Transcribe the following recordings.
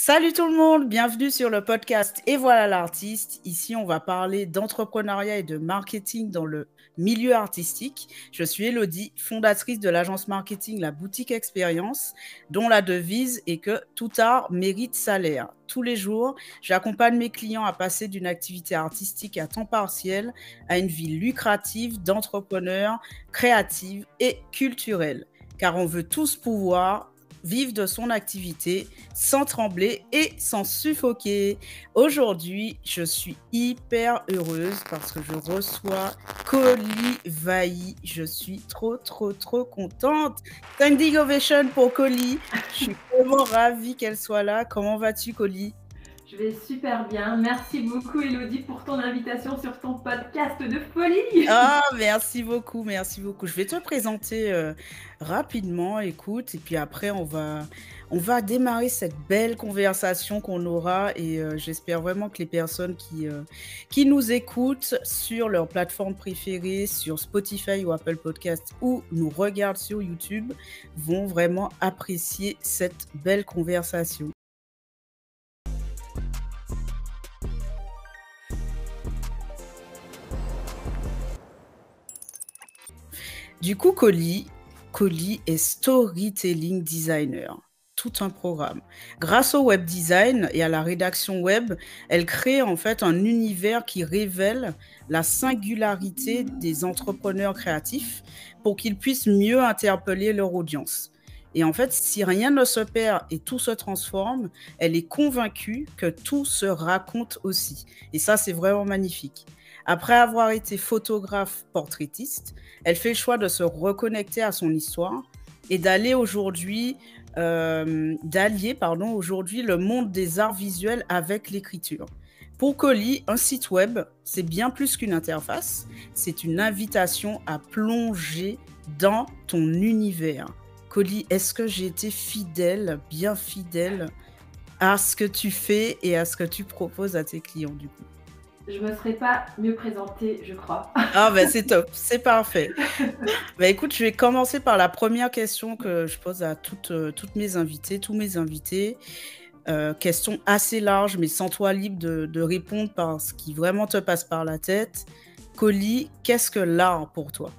Salut tout le monde, bienvenue sur le podcast Et voilà l'artiste. Ici, on va parler d'entrepreneuriat et de marketing dans le milieu artistique. Je suis Elodie, fondatrice de l'agence marketing La Boutique Expérience, dont la devise est que tout art mérite salaire. Tous les jours, j'accompagne mes clients à passer d'une activité artistique à temps partiel à une vie lucrative d'entrepreneur, créative et culturelle. Car on veut tous pouvoir vivre de son activité sans trembler et sans suffoquer. Aujourd'hui, je suis hyper heureuse parce que je reçois Coly Vailly. Je suis trop contente. Standing ovation pour Coly. Je suis vraiment ravie qu'elle soit là. Comment vas-tu, Coly? Je vais super bien. Merci beaucoup, Elodie, pour ton invitation sur ton podcast de folie. Ah, merci beaucoup, merci beaucoup. Je vais te présenter rapidement, écoute, et puis après, on va démarrer cette belle conversation qu'on aura et j'espère vraiment que les personnes qui nous écoutent sur leur plateforme préférée, sur Spotify ou Apple Podcast ou nous regardent sur YouTube, vont vraiment apprécier cette belle conversation. Du coup, Coly est storytelling designer. Tout un programme. Grâce au web design et à la rédaction web, elle crée en fait un univers qui révèle la singularité des entrepreneurs créatifs pour qu'ils puissent mieux interpeller leur audience. Et en fait, si rien ne se perd et tout se transforme, elle est convaincue que tout se raconte aussi. Et ça, c'est vraiment magnifique. Après avoir été photographe portraitiste, elle fait le choix de se reconnecter à son histoire et d'allier aujourd'hui le monde des arts visuels avec l'écriture. Pour Coly, un site web, c'est bien plus qu'une interface, c'est une invitation à plonger dans ton univers. Coly, est-ce que j'ai été bien fidèle à ce que tu fais et à ce que tu proposes à tes clients du coup? Je me serais pas mieux présentée, je crois. Ah ben c'est top, c'est parfait. Bah écoute, je vais commencer par la première question que je pose à toutes mes invitées, tous mes invités. Question assez large, mais sens-toi libre de répondre par ce qui vraiment te passe par la tête. Coly, qu'est-ce que l'art pour toi?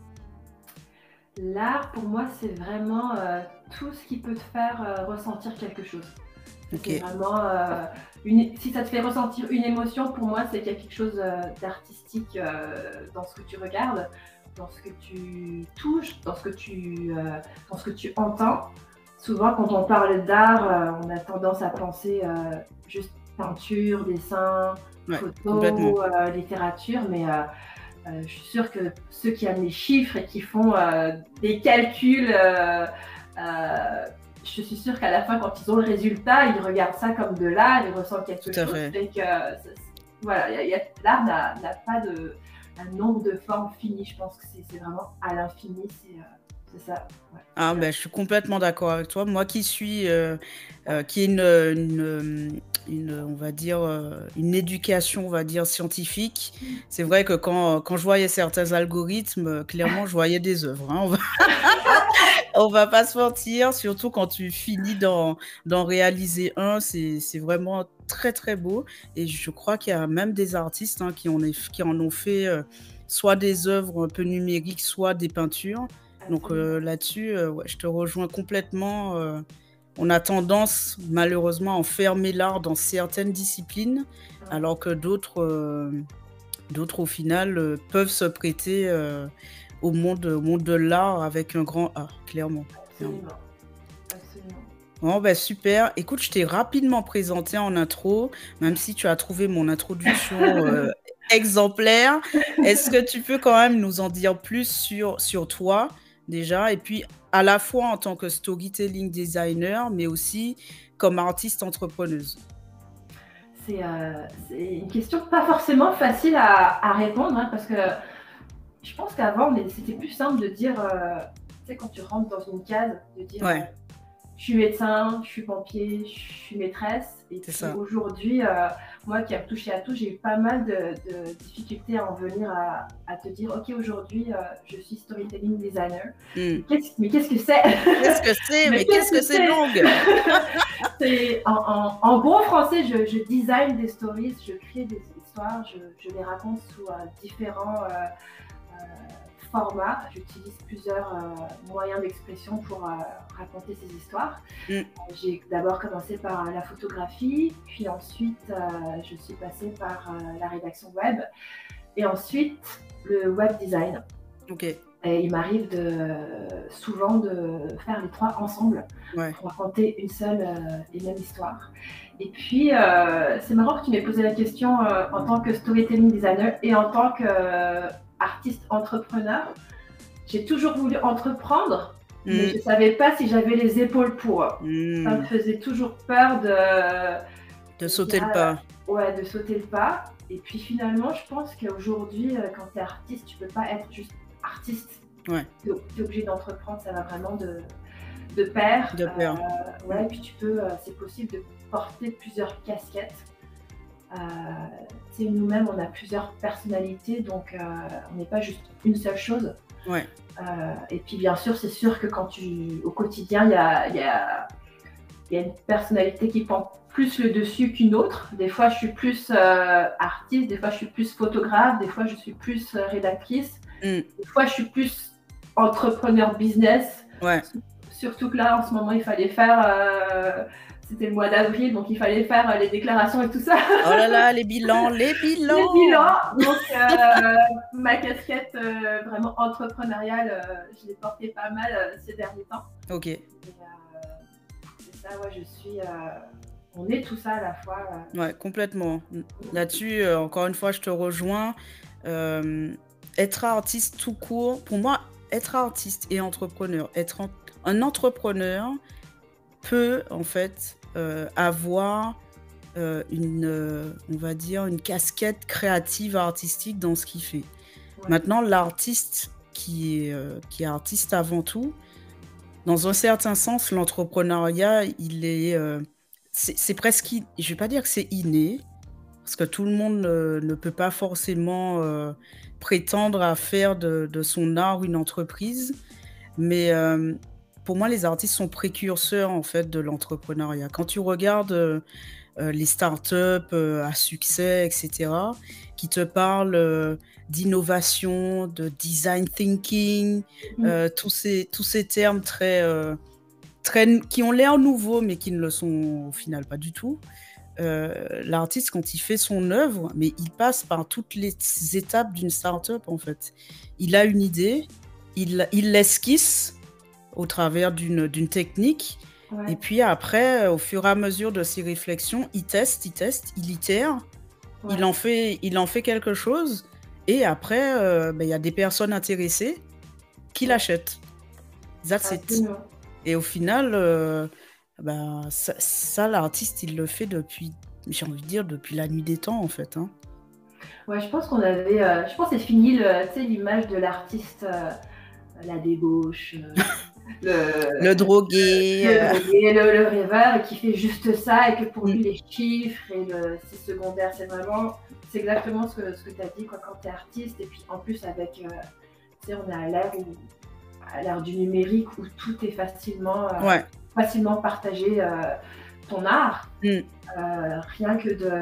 L'art, pour moi, c'est vraiment tout ce qui peut te faire ressentir quelque chose. Ok, C'est vraiment si ça te fait ressentir une émotion, pour moi, c'est qu'il y a quelque chose d'artistique dans ce que tu regardes, dans ce que tu touches, dans ce que tu entends. Souvent, quand on parle d'art, on a tendance à penser juste peinture, dessin, ouais, complètement. photo, littérature, mais je suis sûre que ceux qui aiment les chiffres et qui font des calculs, je suis sûre qu'à la fin, quand ils ont le résultat, ils regardent ça comme de l'art, ils ressentent quelque Tout à chose. fait. Et que, voilà, l'art n'a pas un nombre de formes finies. Je pense que c'est vraiment à l'infini. C'est ça. Ouais. Ah ben, je suis complètement d'accord avec toi. Moi qui suis, qui ai on va dire, une éducation, on va dire, scientifique, c'est vrai que quand je voyais certains algorithmes, clairement, je voyais des œuvres. Hein. On va pas se mentir, surtout quand tu finis d'en réaliser un, c'est vraiment très beau. Et je crois qu'il y a même des artistes qui en ont fait soit des œuvres un peu numériques, soit des peintures. Donc là-dessus, ouais, je te rejoins complètement. On a tendance, malheureusement, à enfermer l'art dans certaines disciplines, alors que d'autres, au final, peuvent se prêter au monde de l'art avec un grand A, clairement. Absolument. Bon, ben super. Écoute, je t'ai rapidement présenté en intro, même si tu as trouvé mon introduction exemplaire. Est-ce que tu peux quand même nous en dire plus sur toi, déjà, et puis à la fois en tant que storytelling designer, mais aussi comme artiste entrepreneuse? C'est une question pas forcément facile à répondre, hein, parce que je pense qu'avant, c'était plus simple de dire, tu sais, quand tu rentres dans une case, de dire Ouais. je suis médecin, je suis pompier, je suis maîtresse. Et puis aujourd'hui, moi qui ai touché à tout, j'ai eu pas mal de difficultés à en venir à te dire, ok, aujourd'hui, je suis storytelling designer. Mais qu'est-ce que c'est? Qu'est-ce que c'est? Mais qu'est-ce que c'est longue? En bon français, je design des stories, je crée des histoires, je les raconte sous différents formats. J'utilise plusieurs moyens d'expression pour raconter ces histoires. J'ai d'abord commencé par la photographie, puis ensuite je suis passée par la rédaction web et ensuite le web design. Et il m'arrive souvent de faire les trois ensemble pour raconter une seule et même histoire. Et puis, c'est marrant que tu m'aies posé la question en tant que storytelling designer et en tant qu'artiste entrepreneur. J'ai toujours voulu entreprendre, mais je ne savais pas si j'avais les épaules pour. Ça me faisait toujours peur de sauter le pas. Ouais, de sauter le pas. Et puis finalement, je pense qu'aujourd'hui, quand tu es artiste, tu ne peux pas être juste artiste. Tu es obligé d'entreprendre, ça va vraiment de pair. Puis c'est possible de porter plusieurs casquettes. Nous-mêmes, on a plusieurs personnalités, donc on n'est pas juste une seule chose. Et puis bien sûr, c'est sûr que au quotidien, il y a une personnalité qui prend plus le dessus qu'une autre. Des fois, je suis plus artiste, des fois, je suis plus photographe, des fois, je suis plus rédactrice, des fois, je suis plus entrepreneur business. Surtout que là, en ce moment, il fallait faire... c'était le mois d'avril, donc il fallait faire les déclarations et tout ça. Oh là là, les bilans. Les bilans. Donc, ma casquette vraiment entrepreneuriale, je l'ai portée pas mal ces derniers temps. Et, c'est ça, je suis... on est tout ça à la fois. Complètement. Là-dessus, encore une fois, je te rejoins. Être artiste tout court, pour moi, être artiste et entrepreneur, un entrepreneur peut en fait avoir on va dire une casquette créative artistique dans ce qu'il fait. Maintenant, l'artiste qui est artiste avant tout, dans un certain sens, l'entrepreneuriat, c'est presque, je vais pas dire que c'est inné, parce que tout le monde ne peut pas forcément prétendre à faire de son art une entreprise, mais pour moi, les artistes sont précurseurs en fait de l'entrepreneuriat. Quand tu regardes les startups à succès, etc., qui te parlent d'innovation, de design thinking, tous ces termes très, qui ont l'air nouveaux, mais qui ne le sont au final pas du tout. L'artiste, quand il fait son œuvre, mais il passe par toutes les étapes d'une startup en fait. Il a une idée, il l'esquisse au travers d'une technique, et puis après, au fur et à mesure de ses réflexions, il teste, il itère, il en fait quelque chose, et après, y a des personnes intéressées qui l'achètent. That's it. Et au final, ça, l'artiste, il le fait depuis, j'ai envie de dire, depuis la nuit des temps, en fait. Hein. Je pense qu'on avait... je pense que c'est fini l'image de l'artiste, la débauche... le drogué, le rêveur, et qui fait juste ça, et que pour lui les chiffres et c'est secondaire, c'est exactement ce que tu as dit quand tu es artiste. Et puis en plus avec on est à l'ère du numérique où tout est facilement partagé, ton art. Rien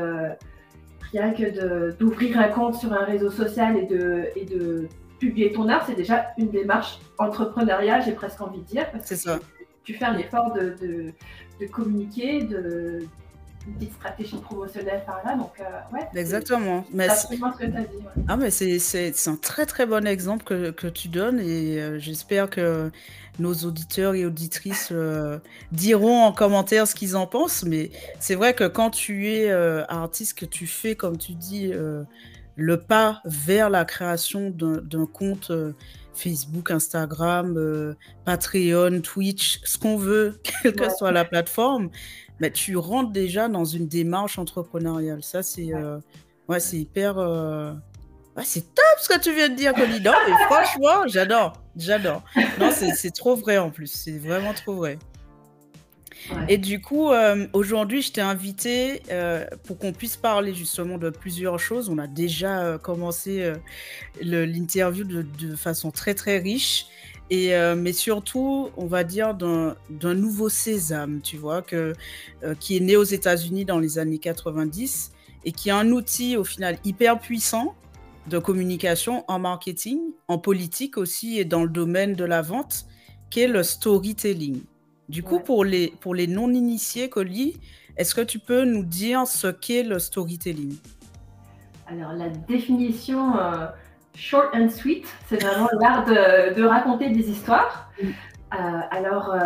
que d'ouvrir un compte sur un réseau social et de publier ton art, c'est déjà une démarche entrepreneuriale, j'ai presque envie de dire, parce que tu fais un effort de communiquer, une petite stratégie promotionnelle par là, donc exactement. C'est absolument ce que tu as dit. Ah, mais c'est un très très bon exemple que tu donnes, et j'espère que nos auditeurs et auditrices diront en commentaire ce qu'ils en pensent, mais c'est vrai que quand tu es artiste, que tu fais, comme tu dis, le pas vers la création d'un compte Facebook, Instagram, Patreon, Twitch, ce qu'on veut, quelle que soit la plateforme, mais tu rentres déjà dans une démarche entrepreneuriale. Ça, c'est c'est hyper... c'est top ce que tu viens de dire, Connie. Non, mais franchement, j'adore. Non, c'est trop vrai en plus. C'est vraiment trop vrai. Ouais. Et du coup, aujourd'hui, je t'ai invité pour qu'on puisse parler justement de plusieurs choses. On a déjà commencé l'interview de façon très très riche. Mais surtout, on va dire d'un nouveau sésame, tu vois, qui est né aux États-Unis dans les années 90 et qui est un outil au final hyper puissant de communication en marketing, en politique aussi et dans le domaine de la vente, qui est le storytelling. Du coup, Ouais. pour les non-initiés, Colly, est-ce que tu peux nous dire ce qu'est le storytelling? Alors, la définition short and sweet, c'est vraiment l'art de raconter des histoires. Alors,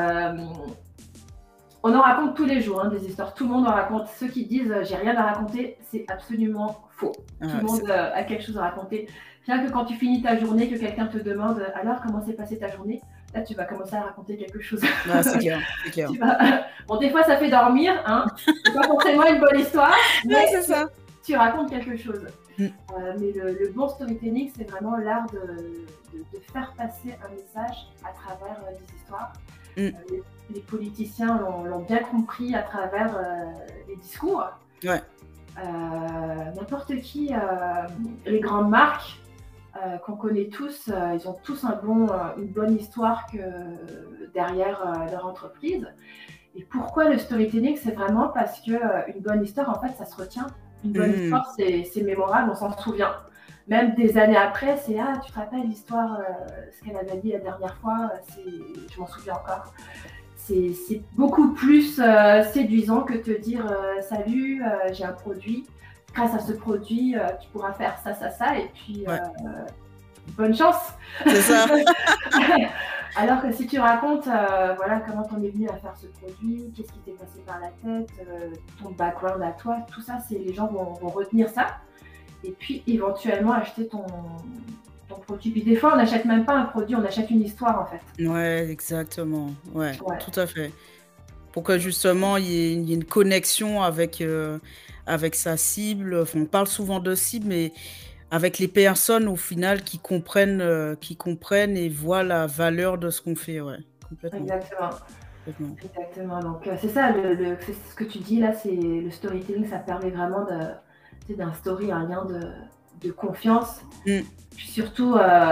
on en raconte tous les jours des histoires. Tout le monde en raconte. Ceux qui disent j'ai rien à raconter, c'est absolument faux. Tout le monde a quelque chose à raconter. Rien que quand tu finis ta journée, que quelqu'un te demande alors comment s'est passée ta journée, là tu vas commencer à raconter quelque chose. Ouais, c'est clair, c'est clair. Bon, des fois ça fait dormir, c'est pas forcément une bonne histoire, mais ouais, c'est ça. Tu racontes quelque chose. Mais le bon storytelling, c'est vraiment l'art de faire passer un message à travers des histoires. Les politiciens l'ont bien compris à travers les discours. Ouais. N'importe qui, les grandes marques qu'on connaît tous, ils ont tous une bonne histoire derrière leur entreprise. Et pourquoi le storytelling? C'est vraiment parce qu'une bonne histoire, en fait, ça se retient. Une bonne histoire, c'est mémorable, on s'en souvient. Même des années après, c'est « Ah, tu te rappelles l'histoire, ce qu'elle avait dit la dernière fois, je m'en souviens encore. » C'est beaucoup plus séduisant que te dire « Salut, j'ai un produit. Grâce à ce produit, tu pourras faire ça, ça, ça. » Et puis, bonne chance. C'est ça. Alors que si tu racontes voilà, comment tu en es venu à faire ce produit, qu'est-ce qui t'est passé par la tête, ton background à toi, tout ça, les gens vont retenir ça et puis éventuellement acheter ton produit. Puis des fois, on n'achète même pas un produit, on achète une histoire en fait. Ouais, exactement. Ouais, tout à fait. Pour que justement, il y ait une connexion avec sa cible. Enfin, on parle souvent de cible, mais avec les personnes au final qui comprennent et voient la valeur de ce qu'on fait, ouais, complètement. Exactement. Donc c'est ça, c'est ce que tu dis là, c'est le storytelling, ça permet vraiment d'instaurer un lien de confiance. Puis surtout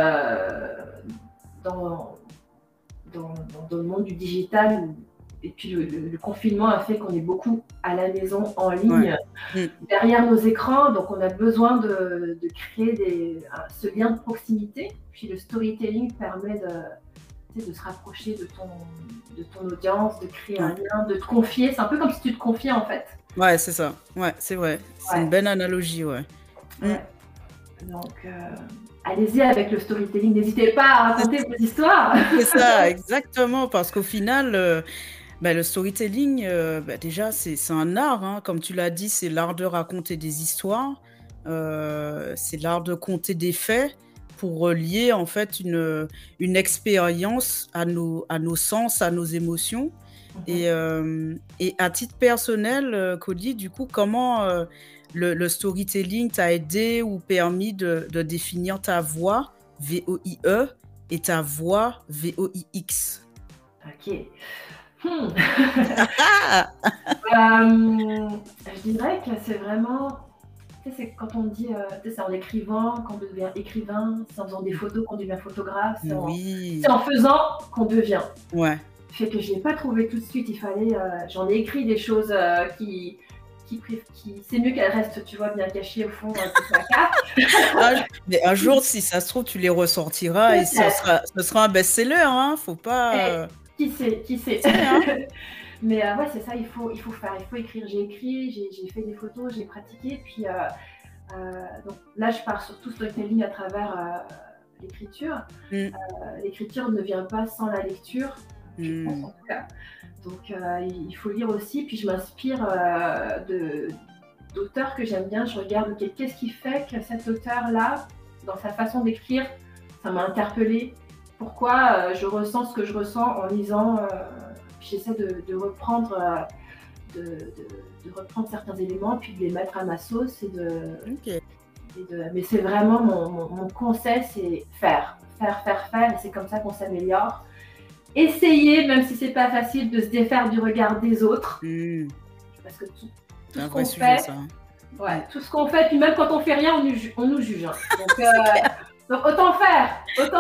dans le monde du digital. Et puis le confinement a fait qu'on est beaucoup à la maison, en ligne, derrière nos écrans. Donc on a besoin de créer ce lien de proximité. Puis le storytelling permet de se rapprocher de ton audience, de créer un lien, de te confier. C'est un peu comme si tu te confiais en fait. Ouais, c'est ça. Ouais, c'est vrai. C'est une belle analogie, ouais. Donc allez-y avec le storytelling. N'hésitez pas à raconter vos histoires. C'est ça, exactement. Parce qu'au final... le storytelling, déjà, c'est un art, comme tu l'as dit, c'est l'art de raconter des histoires, c'est l'art de conter des faits pour relier en fait une expérience à nos sens, à nos émotions. Et à titre personnel, Colly, du coup, comment le storytelling t'a aidé ou permis de définir ta voix, V-O-I-E, et ta voix, V-O-I-X? Ok. Je dirais que c'est vraiment, c'est quand on dit, c'est en écrivant qu'on devient écrivain, c'est en faisant des photos qu'on devient photographe, c'est en faisant qu'on devient. Ouais. Fait que je n'ai pas trouvé tout de suite, il fallait, j'en ai écrit des choses qui c'est mieux qu'elles restent, tu vois, bien cachées au fond de ta carte. Mais un jour, si ça se trouve, tu les ressortiras et ce sera un best-seller, faut pas... Qui sait Mais ouais, c'est ça, il faut faire, il faut écrire. J'ai écrit, j'ai fait des photos, j'ai pratiqué. Puis donc là, je pars surtout storytelling à travers l'écriture. L'écriture ne vient pas sans la lecture, je pense en tout cas. Donc il faut lire aussi. Puis je m'inspire d'auteurs que j'aime bien. Je regarde qu'est-ce qui fait que cet auteur-là, dans sa façon d'écrire, ça m'a interpellée. Pourquoi je ressens ce que je ressens en lisant. J'essaie de reprendre certains éléments puis de les mettre à ma sauce mais c'est vraiment mon conseil, c'est faire et c'est comme ça qu'on s'améliore essayer, même si c'est pas facile, de se défaire du regard des autres. Parce que tout C'est un ce vrai qu'on sujet, fait, ça. ouais, tout ce qu'on fait, puis même quand on fait rien, on nous juge. Hein. Donc autant faire.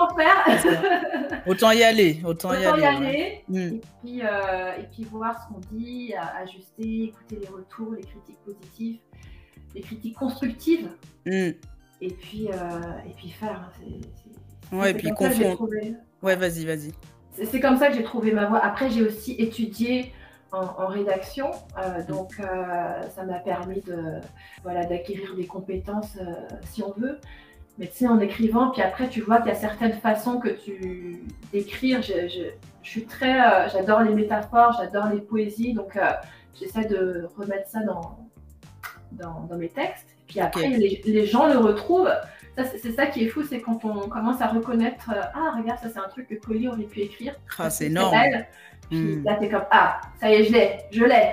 Autant y aller, autant y Autant y aller. aller, et puis voir ce qu'on dit, ajuster, écouter les retours, les critiques positives, les critiques constructives, et puis faire. Ouais, et puis confondre. Ouais, vas-y. C'est comme ça que j'ai trouvé ma voie. Après, j'ai aussi étudié en rédaction, donc ça m'a permis d'acquérir des compétences, si on veut. Mais tu sais, en écrivant, puis après, tu vois qu'il y a certaines façons que tu d'écrire. Je suis très, j'adore les métaphores, j'adore les poésies, donc j'essaie de remettre ça dans mes textes. Puis après, les gens le retrouvent. C'est ça qui est fou, c'est quand on commence à reconnaître, ah regarde, ça c'est un truc que Colly aurait pu écrire. Ah, c'est énorme. Puis là, t'es comme, ah, ça y est, je l'ai.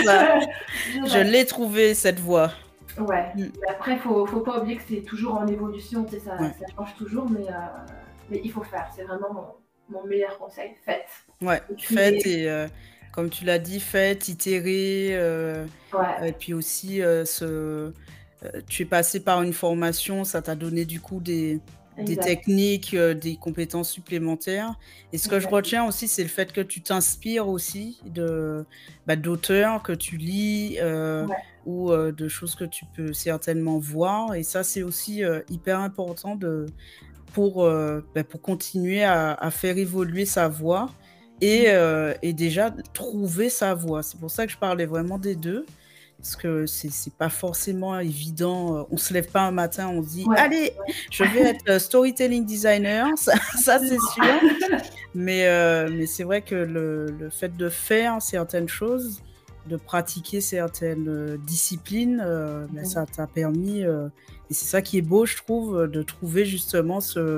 Je l'ai trouvé, cette voix. Ouais, mais après, faut pas oublier que c'est toujours en évolution, tu sais, ça change toujours, mais il faut faire. C'est vraiment mon meilleur conseil, faites. Ouais, faites et comme tu l'as dit, faites, itérez. Et puis aussi, tu es passé par une formation, ça t'a donné du coup des techniques, des compétences supplémentaires. Et ce que je retiens aussi, c'est le fait que tu t'inspires aussi d'auteurs que tu lis ou de choses que tu peux certainement voir. Et ça, c'est aussi hyper important pour continuer à faire évoluer sa voix et déjà trouver sa voix. C'est pour ça que je parlais vraiment des deux. Parce que c'est pas forcément évident. On se lève pas un matin, on se dit allez, je vais être storytelling designer, ça c'est sûr. Mais c'est vrai que le fait de faire certaines choses, de pratiquer certaines disciplines, ça t'a permis, et c'est ça qui est beau, je trouve, de trouver justement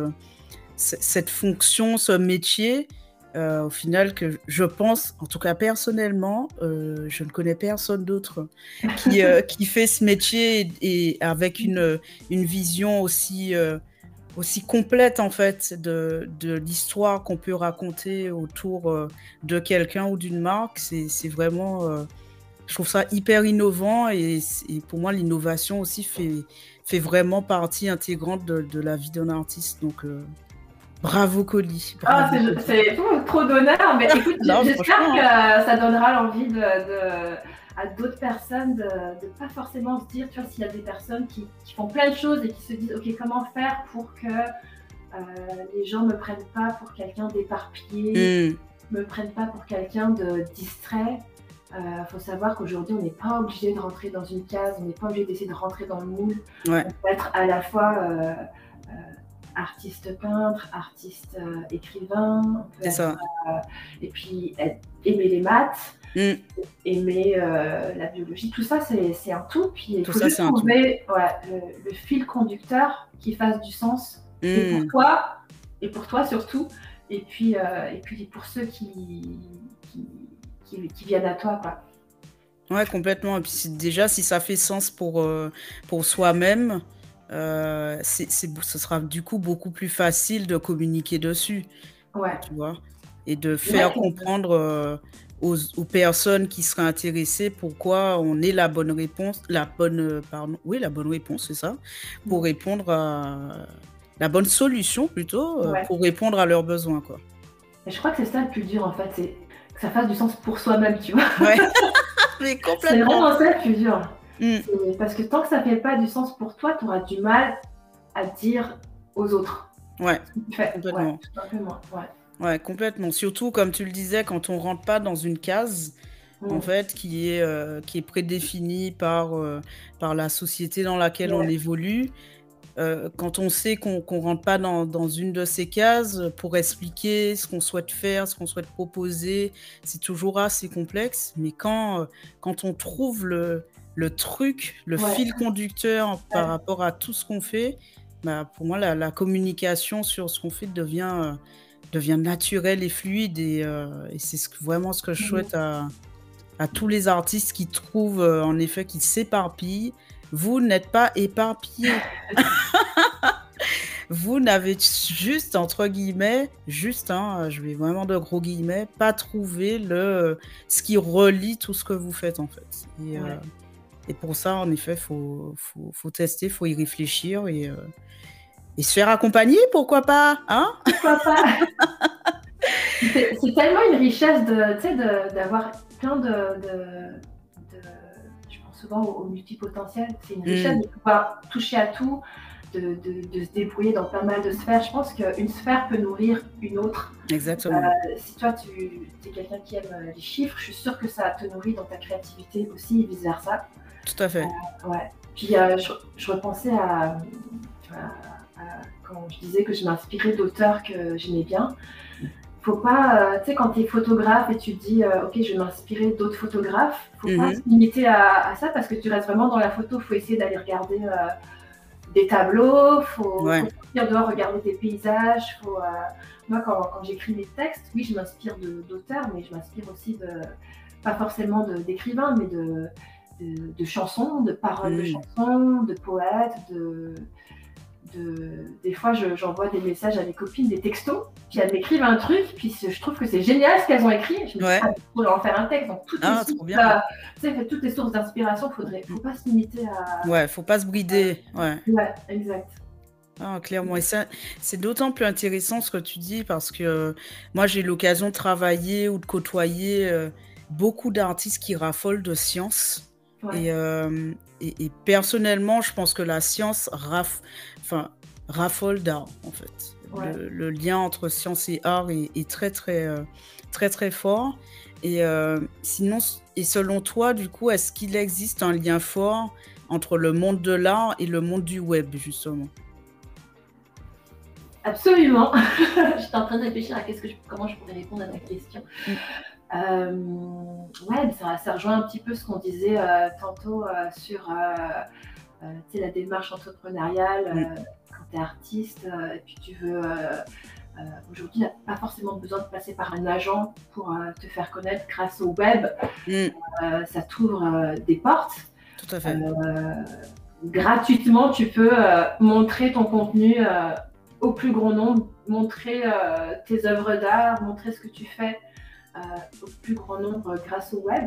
cette fonction, ce métier. Au final, que je pense, en tout cas personnellement, je ne connais personne d'autre qui fait ce métier et avec une vision aussi complète en fait de l'histoire qu'on peut raconter autour de quelqu'un ou d'une marque. C'est vraiment, je trouve ça hyper innovant et pour moi l'innovation aussi fait vraiment partie intégrante de la vie d'un artiste. Donc bravo Colly. C'est trop d'honneur, mais écoute, j'espère que ça donnera l'envie à d'autres personnes de pas forcément se dire, tu vois, s'il y a des personnes qui font plein de choses et qui se disent, ok, comment faire pour que les gens me prennent pas pour quelqu'un d'éparpillé, me prennent pas pour quelqu'un de distrait. Faut savoir qu'aujourd'hui, on n'est pas obligé de rentrer dans une case, on n'est pas obligé d'essayer de rentrer dans le moule. On peut être à la fois artiste peintre, artiste écrivain, et puis aimer les maths, aimer la biologie, tout ça c'est un tout, puis il faut juste trouver le fil conducteur qui fasse du sens, et pour toi surtout, et puis pour ceux qui viennent à toi, quoi. Ouais, complètement. Et puis déjà, si ça fait sens pour soi-même, ce sera du coup beaucoup plus facile de communiquer dessus, tu vois, et de faire comprendre aux personnes qui seraient intéressées pourquoi on est la bonne réponse, la bonne réponse, c'est ça, pour répondre à la bonne solution plutôt, pour répondre à leurs besoins, quoi. Et je crois que c'est ça le plus dur en fait, c'est que ça fasse du sens pour soi-même, tu vois. Ouais. Mais complètement. C'est vraiment ça le plus dur. Parce que tant que ça fait pas du sens pour toi, tu auras du mal à dire aux autres. Ouais, complètement. Ouais, complètement. Surtout, comme tu le disais, quand on rentre pas dans une case, en fait, qui est prédéfinie par la société dans laquelle on évolue. Quand on sait qu'on rentre pas dans une de ces cases, pour expliquer ce qu'on souhaite faire, ce qu'on souhaite proposer, c'est toujours assez complexe. Mais quand on trouve le truc, le fil conducteur par rapport à tout ce qu'on fait, pour moi, la communication sur ce qu'on fait devient naturelle et fluide. Et c'est vraiment ce que je souhaite à tous les artistes qui trouvent, en effet, qui s'éparpillent. Vous n'êtes pas éparpillés. vous n'avez juste, entre guillemets, juste, hein, je vais vraiment de gros guillemets, pas trouvé ce qui relie tout ce que vous faites, en fait. Ouais. Et pour ça, en effet, faut tester, faut y réfléchir et se faire accompagner, pourquoi pas, hein? Pourquoi pas? C'est tellement une richesse d'avoir plein je pense souvent au multipotentiel. C'est une richesse de pouvoir toucher à tout, de se débrouiller dans pas mal de sphères. Je pense qu'une sphère peut nourrir une autre. Exactement. Si toi, tu es quelqu'un qui aime les chiffres, je suis sûre que ça te nourrit dans ta créativité aussi et vice-versa. Tout à fait. Ouais. Puis je repensais quand je disais que je m'inspirais d'auteurs que j'aimais bien. Faut pas, tu sais, quand tu es photographe et tu te dis, ok, je vais m'inspirer d'autres photographes, faut pas se limiter à ça parce que tu restes vraiment dans la photo. Faut essayer d'aller regarder des tableaux, faut sortir dehors, regarder des paysages. Moi, quand j'écris mes textes, oui, je m'inspire d'auteurs, mais je m'inspire aussi pas forcément d'écrivains, mais de chansons, de paroles de chansons, de poètes, des fois, j'envoie des messages à mes copines, des textos, puis elles m'écrivent un truc, puis je trouve que c'est génial ce qu'elles ont écrit. Je me dis, pour en faire un texte. Donc, toutes les sources d'inspiration, faut pas se limiter à. Ouais, faut pas se brider. Ouais, exact. Ah, clairement. Et ça, c'est d'autant plus intéressant ce que tu dis parce que moi, j'ai eu l'occasion de travailler ou de côtoyer beaucoup d'artistes qui raffolent de science. Ouais. Et personnellement, je pense que la science raffole d'art, en fait. Ouais. Le lien entre science et art est très, très, très, très fort. Et sinon, et selon toi, du coup, est-ce qu'il existe un lien fort entre le monde de l'art et le monde du web, justement? Absolument. J'étais en train de réfléchir à comment je pourrais répondre à ta question. Ouais, ça rejoint un petit peu ce qu'on disait tantôt sur la démarche entrepreneuriale quand tu es artiste et puis tu veux aujourd'hui, tu n'as pas forcément besoin de passer par un agent pour te faire connaître grâce au web. Ça t'ouvre des portes. Tout à fait. Gratuitement, tu peux montrer ton contenu au plus grand nombre, montrer tes œuvres d'art, montrer ce que tu fais au plus grand nombre grâce au web.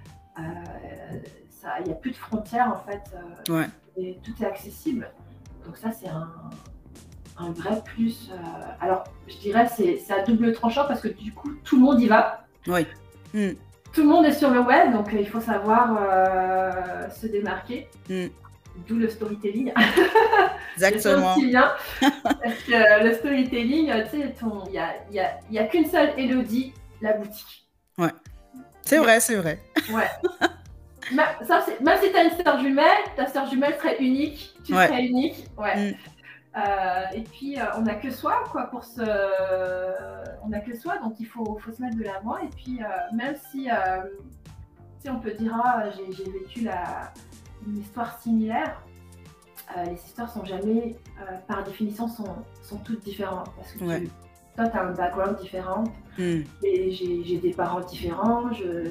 Il n'y a plus de frontières en fait. Et tout est accessible. Donc ça, c'est un vrai plus. Alors, je dirais c'est à double tranchant parce que du coup, tout le monde y va. Oui. Tout le monde est sur le web, donc il faut savoir se démarquer. D'où le storytelling. Exactement. Parce que le storytelling, tu sais, il y a qu'une seule Élodie, la boutique. Ouais. C'est vrai, c'est vrai. Ouais. Même si tu as une sœur jumelle, ta sœur jumelle serait unique, tu serais unique. Ouais. Et puis, on n'a que soi, quoi, on n'a que soi, donc il faut se mettre de l'avant. Et puis, même si, tu sais, on peut dire, j'ai vécu une histoire similaire, les histoires sont jamais, par définition, sont toutes différentes. Parce que toi, tu as un background différent, et j'ai des parents différents,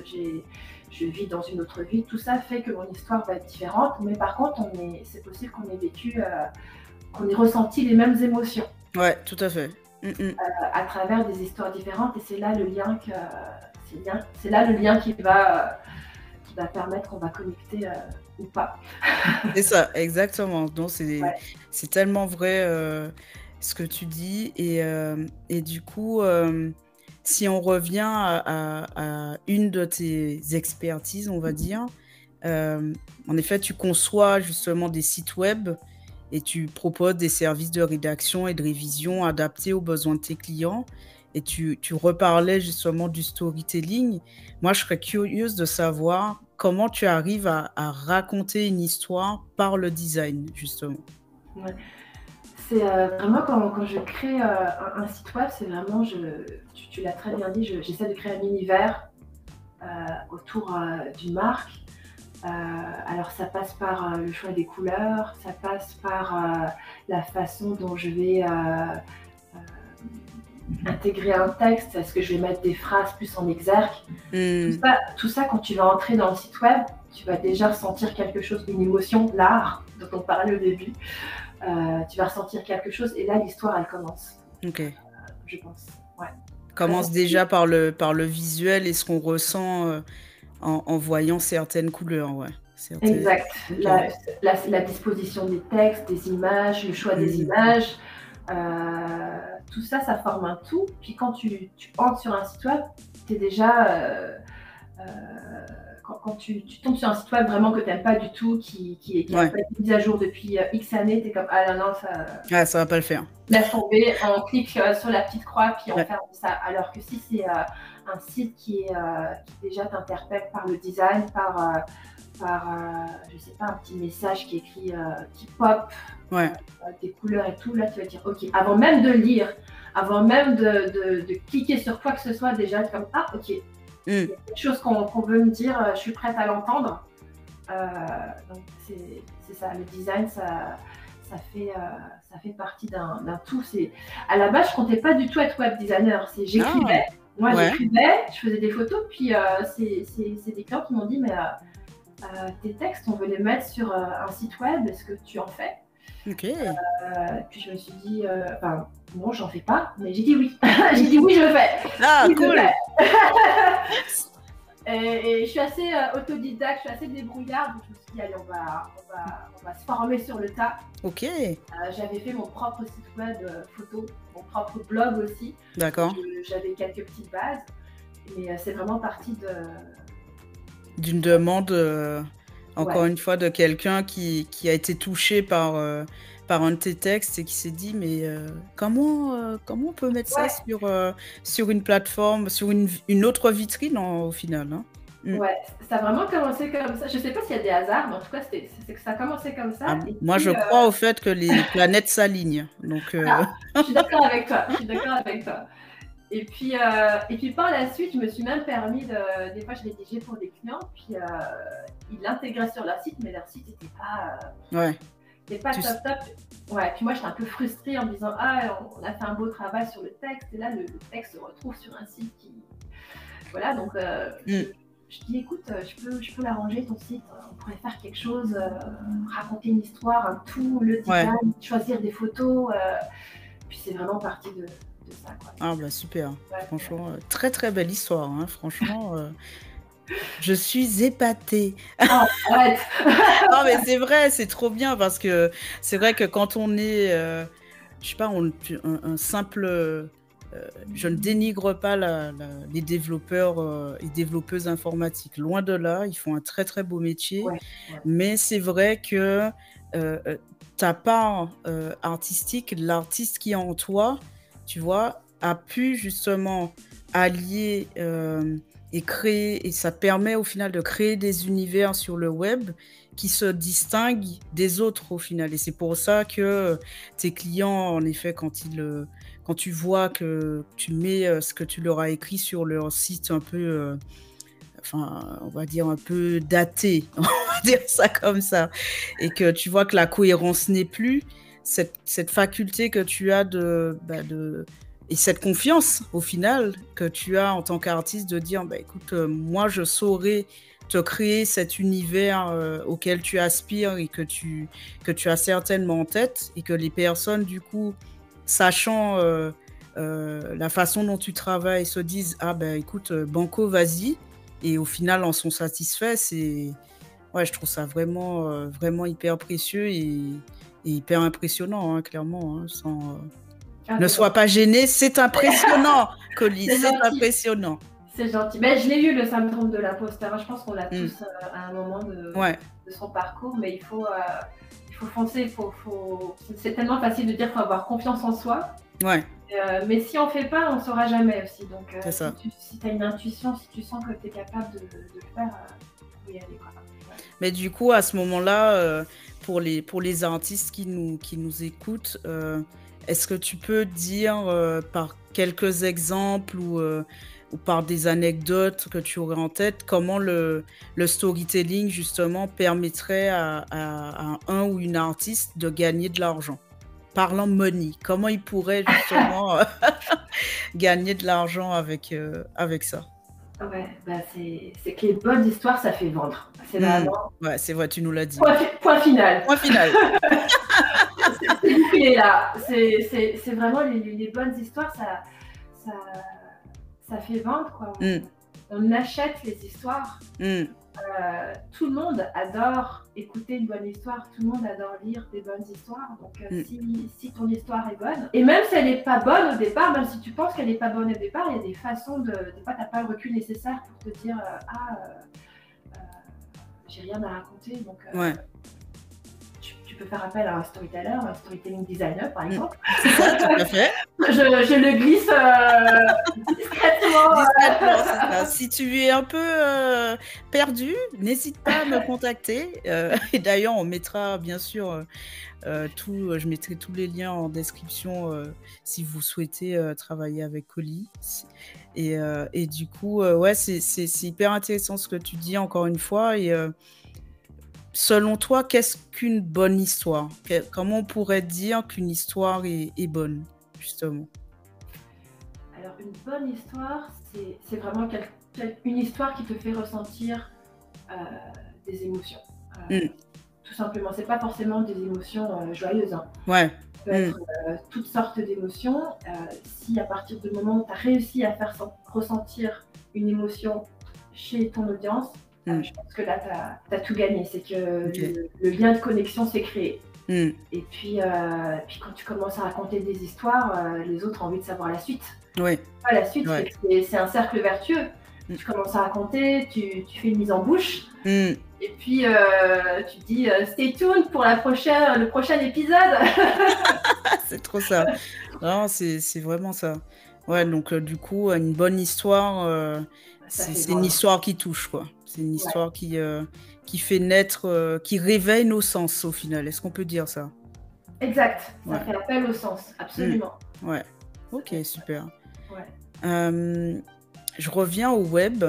je vis dans une autre vie. Tout ça fait que mon histoire va être différente, mais par contre, c'est possible qu'on ait vécu, qu'on ait ressenti les mêmes émotions. Ouais, tout à fait. À travers des histoires différentes, et c'est là le lien c'est là le lien qui va permettre qu'on va connecter ou pas. C'est ça, exactement. Donc c'est tellement vrai ce que tu dis. Et du coup, si on revient à une de tes expertises, on va dire, en effet, tu conçois justement des sites web et tu proposes des services de rédaction et de révision adaptés aux besoins de tes clients. Et tu reparlais justement du storytelling. Moi, je serais curieuse de savoir comment tu arrives à raconter une histoire par le design, justement. Ouais. C'est vraiment quand je crée un site web, c'est vraiment, tu l'as très bien dit, j'essaie de créer un univers autour d'une marque. Alors ça passe par le choix des couleurs, ça passe par la façon dont je vais intégrer un texte, est-ce que je vais mettre des phrases plus en exergue. Tout ça, quand tu vas entrer dans le site web, tu vas déjà ressentir quelque chose, une émotion, l'art dont on parlait au début. Tu vas ressentir quelque chose et là, l'histoire, elle commence. Ok. Je pense. Ouais. Commence déjà par le visuel et ce qu'on ressent en voyant certaines couleurs, ouais. Exact. Ok. La disposition des textes, des images, le choix des images, tout ça, ça forme un tout. Puis quand tu entres sur un site web, tu es déjà... quand tu tombes sur un site web vraiment que tu n'aimes pas du tout, qui n'a pas été mis à jour depuis X années, tu es comme « Ah non, ça va pas le faire. » Laisse tomber, on clique sur la petite croix, puis on ferme ça. Alors que si c'est un site qui déjà t'interpelle par le design, par je sais pas, un petit message qui est écrit, qui pop, des couleurs et tout, là tu vas dire ok, avant même de lire, avant même de cliquer sur quoi que ce soit, déjà comme ah ok, il y a quelque chose qu'on veut me dire, je suis prête à l'entendre. Donc c'est ça, le design, ça fait partie d'un tout. À la base, je comptais pas du tout être web designer. J'écrivais, j'écrivais, je faisais des photos, puis c'est des clients qui m'ont dit mais tes textes, on veut les mettre sur un site web, est-ce que tu en fais? Ok. Puis je me suis dit, non, j'en fais pas, mais j'ai dit oui. J'ai dit oui, je le fais. Ah, oui, cool. Et je suis assez autodidacte, je suis assez débrouillarde, donc je me suis dit, allez, on va se former sur le tas. Ok. J'avais fait mon propre site web photo, mon propre blog aussi. D'accord. J'avais quelques petites bases, mais c'est vraiment parti d'une demande, encore une fois, de quelqu'un qui a été touché par un de tes textes et qui s'est dit mais comment on peut mettre ça sur une plateforme, sur une autre vitrine au final, hein? Ouais, ça a vraiment commencé comme ça. Je sais pas s'il y a des hasards, mais en tout cas, c'est que ça a commencé comme ça. Et moi, je crois au fait que les planètes s'alignent. Donc, je suis d'accord avec toi. Et puis par la suite, je me suis même permis des fois, je rédigeais pour des clients, puis ils l'intégraient sur leur site, mais leur site n'était pas top. Ouais, puis moi, j'étais un peu frustrée en me disant on a fait un beau travail sur le texte, et là, le texte se retrouve sur un site qui... Voilà, donc je dis, écoute, je peux l'arranger ton site, on pourrait faire quelque chose, raconter une histoire, un tout, le design, choisir des photos, puis c'est vraiment parti de ça, quoi. Ah bah super, franchement, très très belle histoire, hein, franchement, je suis épatée. Oh, arrête. Non mais c'est vrai, c'est trop bien parce que c'est vrai que quand on est, je sais pas, un simple... je ne dénigre pas les développeurs et développeuses informatiques. Loin de là, ils font un très très beau métier. Mais c'est vrai que ta part artistique, l'artiste qui est en toi, tu vois, a pu justement allier et créer, et ça permet au final de créer des univers sur le web qui se distinguent des autres au final. Et c'est pour ça que tes clients, en effet, quand tu vois que tu mets ce que tu leur as écrit sur leur site un peu, on va dire un peu daté, on va dire ça comme ça, et que tu vois que la cohérence n'est plus, cette faculté que tu as et cette confiance au final que tu as en tant qu'artiste de dire écoute, moi je saurais te créer cet univers auquel tu aspires et que tu as certainement en tête, et que les personnes du coup, sachant la façon dont tu travailles, se disent écoute, banco, vas-y, et au final en sont satisfaits. Je trouve ça vraiment vraiment hyper précieux et hyper impressionnant, hein, clairement, hein, ne sois pas gêné, c'est impressionnant, Colis, c'est impressionnant. C'est gentil. Mais je l'ai eu, le syndrome de l'imposteur. Je pense qu'on l'a tous à un moment de son parcours, mais il faut foncer. C'est tellement facile de dire qu'il faut avoir confiance en soi. Ouais. Mais si on ne fait pas, on ne saura jamais aussi. Donc, si tu as une intuition, si tu sens que tu es capable de le faire, il faut y aller, quoi. Mais du coup, à ce moment-là, pour les artistes qui nous écoutent, est-ce que tu peux dire par quelques exemples ou par des anecdotes que tu aurais en tête, comment le storytelling justement permettrait à un ou une artiste de gagner de l'argent? Parlant money, comment il pourrait justement gagner de l'argent avec ça? Ouais, bah c'est que les bonnes histoires, ça fait vendre. C'est vraiment. Ouais, c'est vrai, tu nous l'as dit. Point final. Point final. C'est bouclé là. C'est vraiment les bonnes histoires, ça, ça fait vendre quoi. On achète les histoires. Tout le monde adore écouter une bonne histoire, tout le monde adore lire des bonnes histoires. Donc si ton histoire est bonne, et même si elle n'est pas bonne au départ, même si tu penses qu'elle n'est pas bonne au départ, il y a des façons de... Des fois, tu n'as pas le recul nécessaire pour te dire j'ai rien à raconter. Donc tu peux faire appel à un storyteller, un storytelling designer par exemple. Tout à fait. Je le glisse discrètement. Discrètement, si tu es un peu perdu, n'hésite pas à me contacter. Et d'ailleurs, on mettra bien sûr je mettrai tous les liens en description si vous souhaitez travailler avec Colly. Et du coup, ouais, c'est hyper intéressant ce que tu dis encore une fois. Et selon toi, qu'est-ce qu'une bonne histoire? Comment on pourrait dire qu'une histoire est bonne, justement? Alors, une bonne histoire, c'est vraiment une histoire qui te fait ressentir des émotions. Tout simplement, c'est pas forcément des émotions joyeuses. Hein. Ouais. Ça peut être toutes sortes d'émotions. Si à partir du moment où tu as réussi à faire ressentir une émotion chez ton audience, je pense que là, tu as tout gagné. C'est que le lien de connexion s'est créé. Et puis quand tu commences à raconter des histoires, les autres ont envie de savoir la suite. Ouais. La suite, c'est un cercle vertueux. Tu commences à raconter, tu fais une mise en bouche. Et puis, tu dis stay tuned pour le prochain épisode. C'est trop ça. Non, c'est vraiment ça. Ouais, donc du coup, une bonne histoire, c'est une histoire qui touche, quoi. C'est une histoire qui fait naître, qui réveille nos sens, au final. Est-ce qu'on peut dire ça? Exact. Ça fait appel au sens, absolument. Ouais. Ok, super. Ouais. Je reviens au web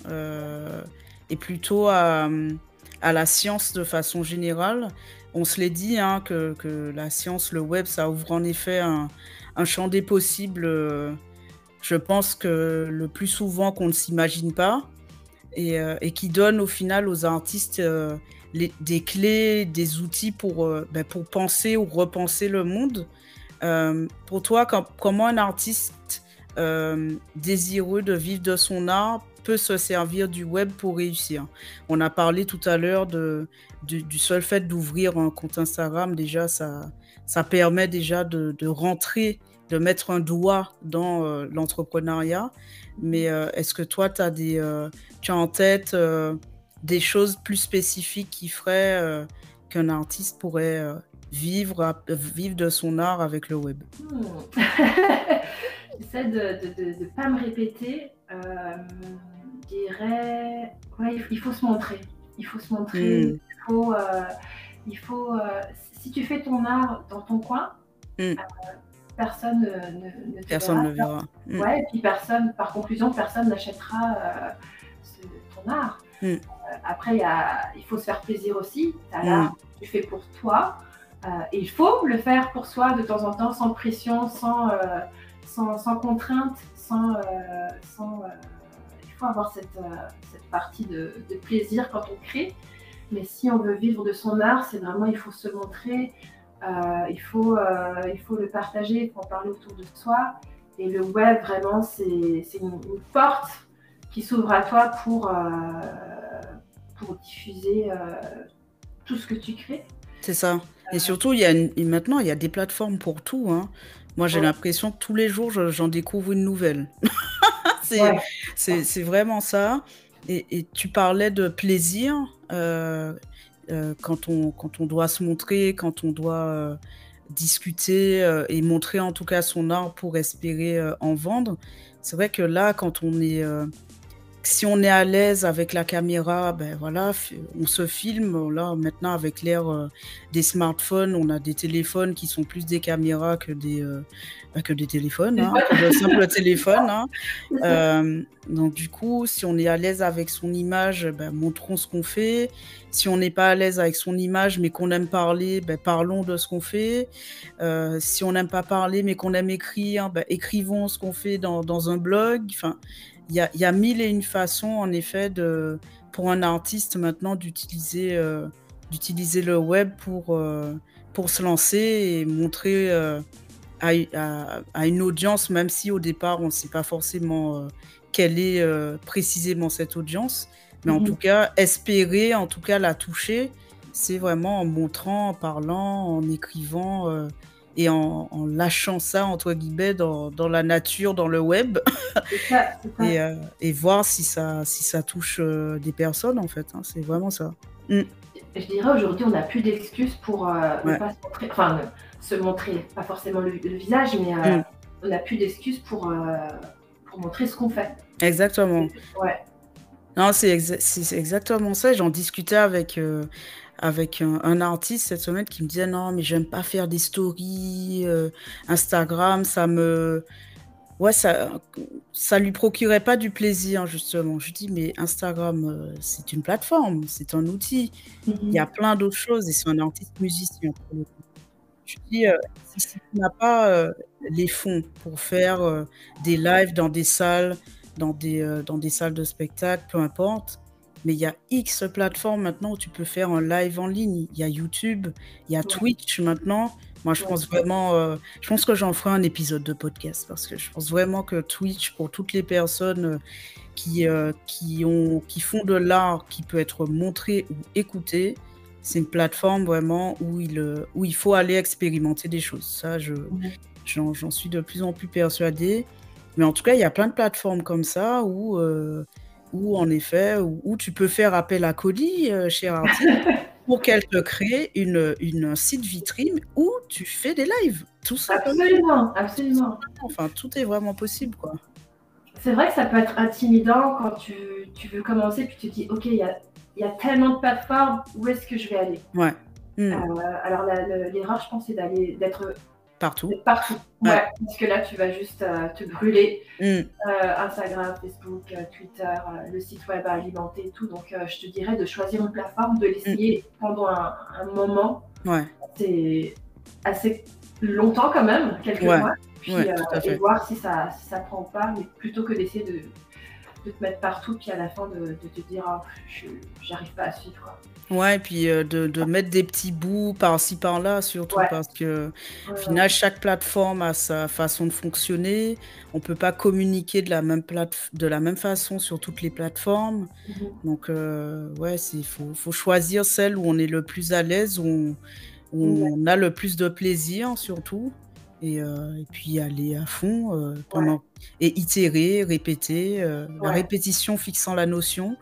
et plutôt à la science de façon générale. On se l'est dit hein, que la science, le web, ça ouvre en effet un champ des possibles, je pense que le plus souvent qu'on ne s'imagine pas, et qui donne au final aux artistes des clés, des outils pour penser ou repenser le monde. Pour toi, comment un artiste désireux de vivre de son art peut se servir du web pour réussir? On a parlé tout à l'heure du seul fait d'ouvrir un compte Instagram, déjà ça permet déjà de rentrer, de mettre un doigt dans l'entrepreneuriat. Mais est-ce que toi, tu as en tête des choses plus spécifiques qui feraient qu'un artiste pourrait vivre de son art avec le web? J'essaie de ne pas me répéter. Je dirais, il faut se montrer. Il faut se montrer. Il faut si tu fais ton art dans ton coin, personne ne te verra. Ouais, et puis par conclusion, personne n'achètera ton art. Après, il faut se faire plaisir aussi. Tu as l'art que tu fais pour toi. Et il faut le faire pour soi de temps en temps, sans pression, sans contrainte, il faut avoir cette partie de plaisir quand on crée. Mais si on veut vivre de son art, c'est vraiment, il faut se montrer, il faut le partager, il faut en parler autour de soi. Et le web, vraiment, c'est une porte qui s'ouvre à toi pour diffuser tout ce que tu crées. C'est ça. Et surtout, maintenant, il y a des plateformes pour tout. Hein. Moi, j'ai l'impression que tous les jours, j'en découvre une nouvelle. C'est vraiment ça. Et tu parlais de plaisir quand on doit se montrer, quand on doit discuter et montrer en tout cas son art pour espérer en vendre. C'est vrai que là, si on est à l'aise avec la caméra, ben voilà, on se filme. Là, maintenant, avec l'ère des smartphones, on a des téléphones qui sont plus des caméras que des téléphones, hein, que de simples téléphones. Hein. Donc, du coup, si on est à l'aise avec son image, ben, montrons ce qu'on fait. Si on n'est pas à l'aise avec son image, mais qu'on aime parler, ben, parlons de ce qu'on fait. Si on n'aime pas parler, mais qu'on aime écrire, ben, écrivons ce qu'on fait dans un blog. Enfin, il y a mille et une façons, en effet, pour un artiste maintenant d'utiliser le web pour se lancer et montrer à une audience, même si au départ, on ne sait pas forcément quelle est précisément cette audience. Mais en tout cas, espérer, en tout cas la toucher, c'est vraiment en montrant, en parlant, en écrivant et en lâchant ça, entre guillemets, dans la nature, dans le web, C'est ça, c'est ça. et voir si ça touche des personnes, en fait. Hein. C'est vraiment ça. Mm. Je dirais aujourd'hui, on n'a plus d'excuses pour ne Ouais. pas se montrer, enfin, se montrer, pas forcément le visage, mais on n'a plus d'excuses pour montrer ce qu'on fait. Exactement. Ouais. Non, c'est exactement ça. J'en discutais avec un artiste cette semaine qui me disait non, mais j'aime pas faire des stories, Instagram, ouais, ça lui procurait pas du plaisir, justement. Je dis, mais Instagram, c'est une plateforme, c'est un outil. Il y a plein d'autres choses et c'est un artiste musicien, pour le coup. Je dis, si tu n'as pas les fonds pour faire des lives dans des salles, dans des salles de spectacle, peu importe, mais il y a X plateformes maintenant où tu peux faire un live en ligne. Il y a YouTube, il y a Ouais. Twitch maintenant. Moi, je pense vraiment, je pense que j'en ferai un épisode de podcast parce que je pense vraiment que Twitch, pour toutes les personnes qui font de l'art qui peut être montré ou écouté, c'est une plateforme vraiment où il faut aller expérimenter des choses. Ça, j'en suis de plus en plus persuadée. Mais en tout cas, il y a plein de plateformes comme ça où en effet, où tu peux faire appel à Cody, cher artiste, pour qu'elle te crée un site vitrine où tu fais des lives, tout simplement. Absolument, absolument. Enfin, tout est vraiment possible, quoi. C'est vrai que ça peut être intimidant quand tu veux commencer, puis tu te dis, ok, il y a tellement de plateformes, où est-ce que je vais aller? Ouais. Alors l'erreur, je pense, c'est d'être Partout. partout. Ouais. Ouais, parce que là, tu vas juste te brûler. Instagram, Facebook, Twitter, le site web à alimenter et tout. Donc, je te dirais de choisir une plateforme, de l'essayer pendant un moment. Ouais. C'est assez longtemps quand même, quelques mois. Puis, tout à fait. et voir si ça prend pas, mais plutôt que d'essayer de te mettre partout, puis à la fin de te dire oh, j'arrive pas à suivre, quoi. Ouais, et puis de mettre des petits bouts par-ci par-là, surtout parce que au final, chaque plateforme a sa façon de fonctionner. On peut pas communiquer de la même façon sur toutes les plateformes. Donc ouais, faut choisir celle où on est le plus à l'aise, où on a le plus de plaisir surtout. Et puis aller à fond et itérer, répéter, la répétition fixant la notion.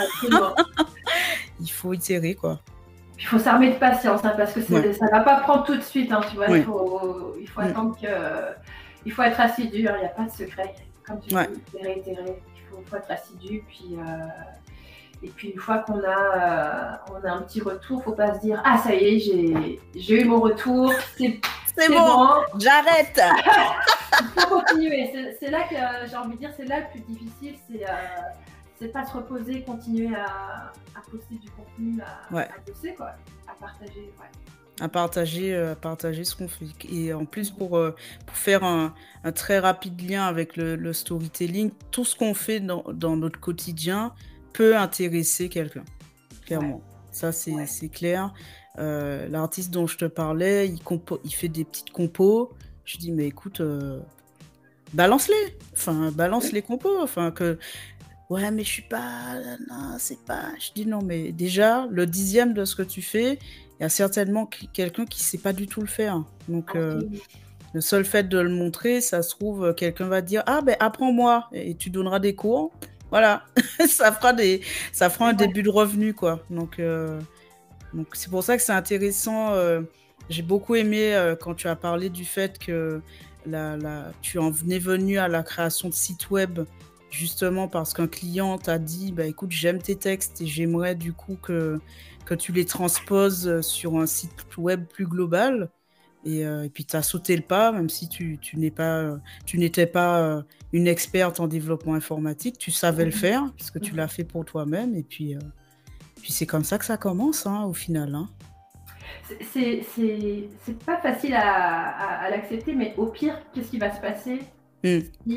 Il faut itérer, quoi. Il faut s'armer de patience, hein, parce que ça ne va pas prendre tout de suite, hein, tu vois. Il faut attendre il faut être assidu, il n'y a pas de secret. Comme tu dis, réitérer, il faut être assidu. Et puis une fois qu'on a un petit retour, il ne faut pas se dire ah ça y est, j'ai eu mon retour, c'est bon, j'arrête. Il faut continuer. C'est là que j'ai envie de dire, c'est là le plus difficile, c'est pas se reposer, continuer à poster du contenu, à bosser, quoi, à partager. À partager ce qu'on fait. Et en plus, pour faire un très rapide lien avec le storytelling, tout ce qu'on fait dans notre quotidien peut intéresser quelqu'un, clairement. Ça, c'est clair. L'artiste dont je te parlais, il fait des petites compos. Je dis, mais écoute, balance-les. Enfin, balance les compos. Enfin, ouais, mais je suis pas... Non, c'est pas... Je dis, non, mais déjà, le 10e de ce que tu fais, il y a certainement quelqu'un qui sait pas du tout le faire. Donc, le seul fait de le montrer, ça se trouve, quelqu'un va te dire, ah, ben, apprends-moi, et tu donneras des cours. Voilà, ça fera un début de revenu, quoi. Donc c'est pour ça que c'est intéressant. J'ai beaucoup aimé quand tu as parlé du fait que tu en venais venu à la création de sites web, justement parce qu'un client t'a dit, bah, écoute, j'aime tes textes et j'aimerais du coup que tu les transposes sur un site web plus global. Et puis tu as sauté le pas, même si tu n'étais pas une experte en développement informatique, tu savais le faire, puisque tu l'as fait pour toi-même. Et puis c'est comme ça que ça commence, hein, au final. Hein. C'est pas facile à l'accepter, mais au pire, qu'est-ce qui va se passer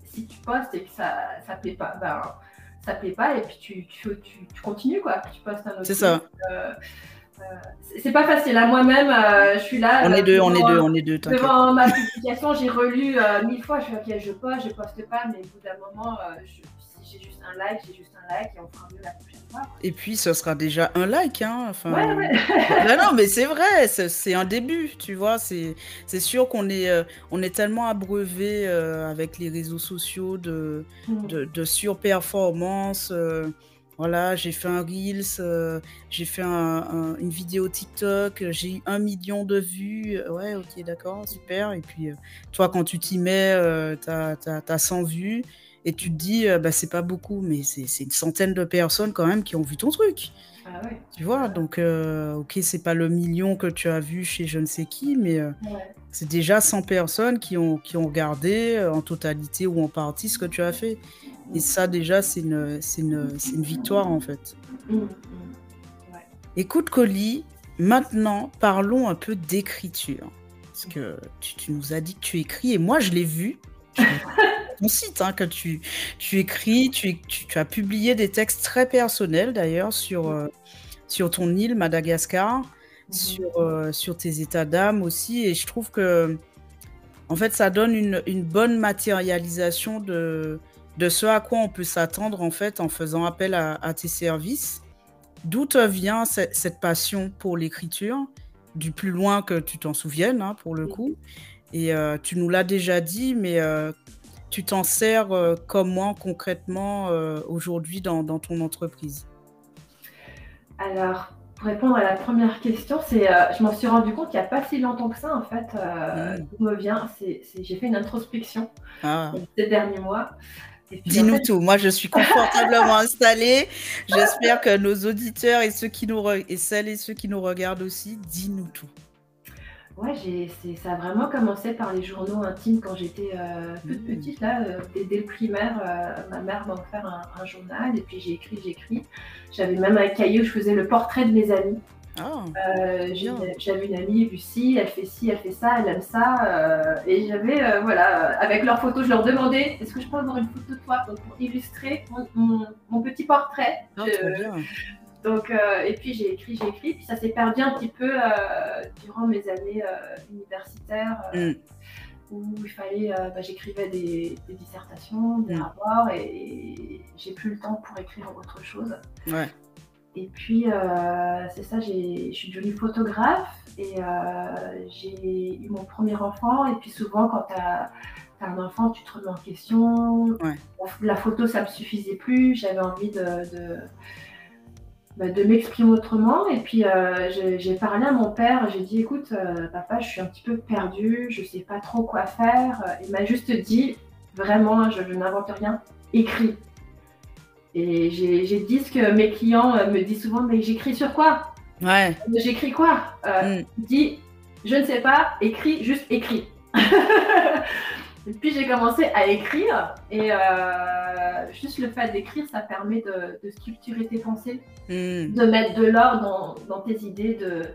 si tu postes et que ça plaît pas, ça plaît pas et puis tu continues quoi. Tu postes un autre C'est truc. ça. C'est pas facile. Hein. Moi-même, je suis là. On est deux, t'inquiète. Devant ma publication, j'ai relu 1000 fois. Je fais ok, je poste pas, mais au bout d'un moment, si j'ai juste un like et on fera mieux la prochaine fois. Et puis, ce sera déjà un like, hein. Enfin, ouais. non, mais c'est vrai, c'est un début, tu vois. C'est sûr qu'on est tellement abreuvé avec les réseaux sociaux de surperformance. Voilà, j'ai fait un Reels, j'ai fait une vidéo TikTok, j'ai eu 1 million de vues. Ouais, ok, d'accord, super. Et puis, toi, quand tu t'y mets, t'as 100 vues. Et tu te dis, c'est pas beaucoup, mais c'est une centaine de personnes quand même qui ont vu ton truc. Ah ouais. Tu vois, donc, ok, c'est pas le million que tu as vu chez je ne sais qui, mais c'est déjà 100 personnes qui ont regardé en totalité ou en partie ce que tu as fait. Et ça, déjà, c'est une victoire, en fait. Ouais. Écoute, Coly, maintenant, parlons un peu d'écriture. Parce que tu nous as dit que tu écris, et moi, je l'ai vu. Ton site, hein, que tu écris, tu as publié des textes très personnels d'ailleurs sur ton île Madagascar, sur tes états d'âme aussi, et je trouve que en fait ça donne une bonne matérialisation de ce à quoi on peut s'attendre en fait en faisant appel à tes services. D'où te vient cette passion pour l'écriture, du plus loin que tu t'en souviennes, hein, pour le coup, et tu nous l'as déjà dit, mais tu t'en sers comment concrètement aujourd'hui dans ton entreprise? Alors, pour répondre à la première question, je m'en suis rendu compte il n'y a pas si longtemps que ça, en fait. D'où me vient, j'ai fait une introspection ces derniers mois. Dis-nous tout. Moi, je suis confortablement installée. J'espère que nos auditeurs et celles et ceux qui nous regardent aussi, dis-nous tout. Ouais, ça a vraiment commencé par les journaux intimes quand j'étais toute petite. Là, dès le primaire, ma mère m'a offert un journal et puis j'ai écrit. J'avais même un cahier où je faisais le portrait de mes amis. J'avais une amie, Lucie, elle fait ci, elle fait ça, elle aime ça. Et j'avais, avec leurs photos, je leur demandais est-ce que je peux avoir une photo de toi pour illustrer mon petit portrait. Très bien. Donc, et puis j'ai écrit, puis ça s'est perdu un petit peu durant mes années universitaires où il fallait, j'écrivais des dissertations, des rapports et j'ai plus le temps pour écrire autre chose. Ouais. Et puis, c'est ça, je suis devenue photographe et j'ai eu mon premier enfant. Et puis souvent, quand tu as un enfant, tu te remets en question. Ouais. La photo, ça ne me suffisait plus. J'avais envie de m'exprimer autrement. Et puis, j'ai parlé à mon père. J'ai dit, écoute, papa, je suis un petit peu perdue. Je ne sais pas trop quoi faire. Il m'a juste dit, vraiment, je n'invente rien, écris. Et j'ai dit ce que mes clients me disent souvent, mais j'écris sur quoi? Ouais. J'écris quoi? Dis, je ne sais pas, écris, juste écris. Et puis j'ai commencé à écrire et juste le fait d'écrire, ça permet de structurer tes pensées, de mettre de l'ordre dans tes idées,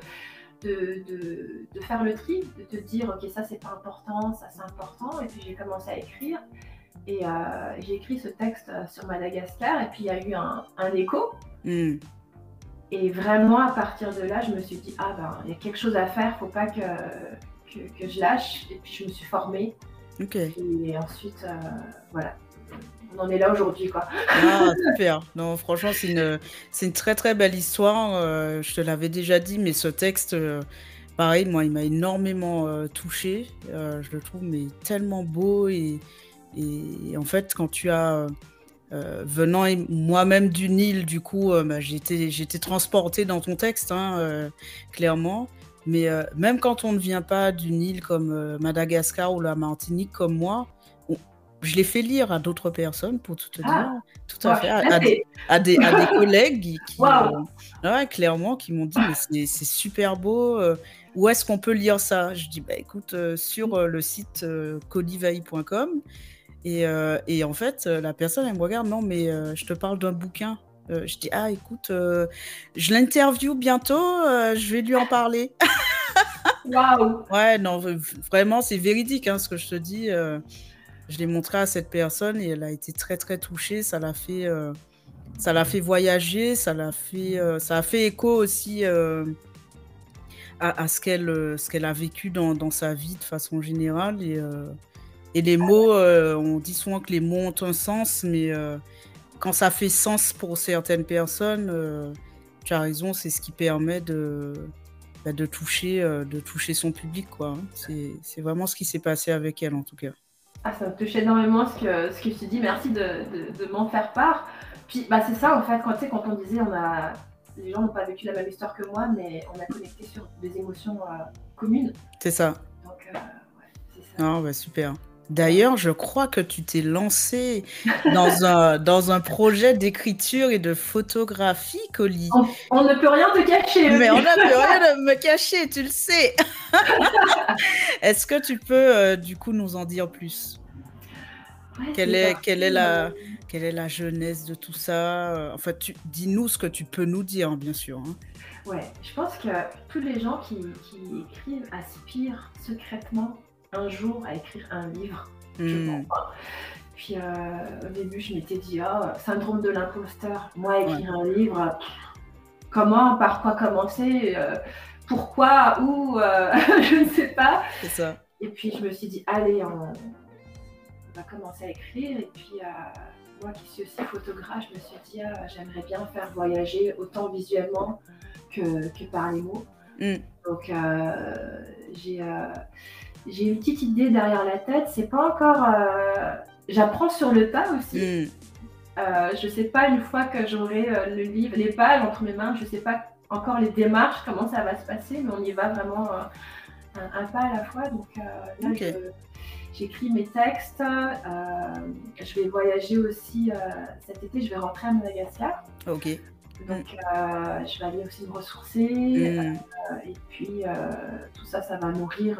de faire le tri, de te dire ok ça c'est pas important, ça c'est important. Et puis j'ai commencé à écrire. Et j'ai écrit ce texte sur Madagascar et puis il y a eu un écho. Et vraiment, à partir de là, je me suis dit, il y a quelque chose à faire, faut pas que je lâche. Et puis je me suis formée. Okay. Et ensuite, voilà, on en est là aujourd'hui, quoi. Ah, super. Non, franchement, c'est une très très belle histoire. Je te l'avais déjà dit, mais ce texte, pareil, moi, il m'a énormément touchée. Je le trouve mais tellement beau et en fait, quand tu as venant moi-même d'une île, du coup, j'étais transportée dans ton texte, hein, clairement. Mais même quand on ne vient pas d'une île comme Madagascar ou la Martinique comme moi, je l'ai fait lire à d'autres personnes, pour tout te dire. Tout à fait. À des collègues qui clairement, qui m'ont dit mais c'est super beau. Où est-ce qu'on peut lire ça? Je dis écoute, sur le site colyvaille.com. Et en fait, la personne, elle me regarde, non, mais je te parle d'un bouquin. Je dis, écoute, je l'interview bientôt, je vais lui en parler. Waouh! Ouais, non, vraiment, c'est véridique, hein, ce que je te dis. Je l'ai montré à cette personne et elle a été très, très touchée. Ça l'a fait voyager, ça a fait écho aussi à ce qu'elle a vécu dans sa vie de façon générale. Et les mots, on dit souvent que les mots ont un sens, mais quand ça fait sens pour certaines personnes, tu as raison, c'est ce qui permet de toucher son public, quoi. Hein. C'est vraiment ce qui s'est passé avec elle, en tout cas. Ah, ça me touche énormément ce que tu dis. Merci de m'en faire part. Puis, bah, c'est ça, en fait, quand on disait, les gens n'ont pas vécu la même histoire que moi, mais on a connecté sur des émotions communes. C'est ça. Donc, ouais, c'est ça. Ah, bah, super. D'ailleurs, je crois que tu t'es lancé dans un projet d'écriture et de photographie, Coly. On ne peut rien te cacher. Mais on ne peut rien me cacher, tu le sais. Est-ce que tu peux, du coup, nous en dire plus? Ouais, Quelle est la genèse de tout ça? En fait, dis-nous ce que tu peux nous dire, hein, bien sûr. Hein. Ouais, je pense que tous les gens qui écrivent aspirent secrètement un jour à écrire un livre, je pense. Puis au début, je m'étais dit, syndrome de l'imposteur, moi écrire un livre, comment, par quoi commencer, pourquoi, où, je ne sais pas. C'est ça. Et puis je me suis dit, allez, on va commencer à écrire. Et puis moi qui suis aussi photographe, je me suis dit, j'aimerais bien faire voyager autant visuellement que par les mots. Donc j'ai une petite idée derrière la tête. C'est pas encore. J'apprends sur le tas aussi. Je sais pas, une fois que j'aurai le livre, les pages entre mes mains, je sais pas encore les démarches, comment ça va se passer, mais on y va vraiment un pas à la fois. Donc là, j'écris mes textes. Je vais voyager aussi cet été. Je vais rentrer à Madagascar. Ok. Donc, je vais aller aussi me ressourcer. Et puis, tout ça, ça va nourrir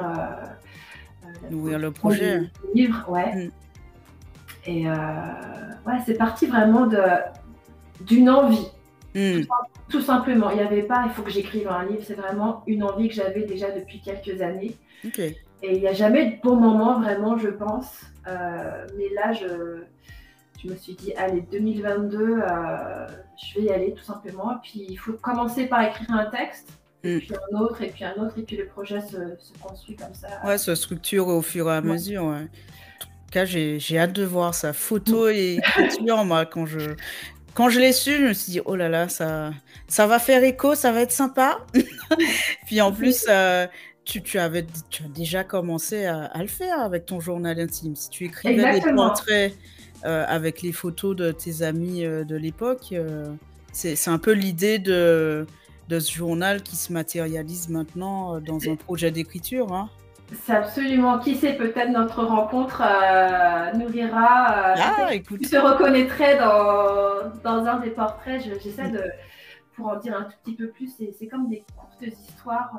le projet. Livre, ouais. Et ouais, c'est parti vraiment d'une envie. Tout simplement. Il n'y avait pas, il faut que j'écrive un livre. C'est vraiment une envie que j'avais déjà depuis quelques années. Okay. Et il n'y a jamais de bon moment, vraiment, je pense. Mais là, je me suis dit, allez, 2022, je vais y aller tout simplement. Et puis, il faut commencer par écrire un texte, et puis un autre, et puis un autre, et puis le projet se construit comme ça. Ouais, se structure au fur et à mesure. Ouais. En tout cas, j'ai hâte de voir ça. Photo et écriture, moi, quand je l'ai su, je me suis dit, oh là là, ça va faire écho, ça va être sympa. Puis en plus, tu as déjà commencé à le faire avec ton journal intime. Si tu écrivais des portraits avec les photos de tes amis de l'époque, c'est un peu l'idée de ce journal qui se matérialise maintenant dans un projet d'écriture. Hein. C'est absolument. Qui sait, peut-être notre rencontre nourrira. Écoute. Tu te reconnaîtrais dans un des portraits. J'essaie pour en dire un tout petit peu plus, c'est comme des courtes histoires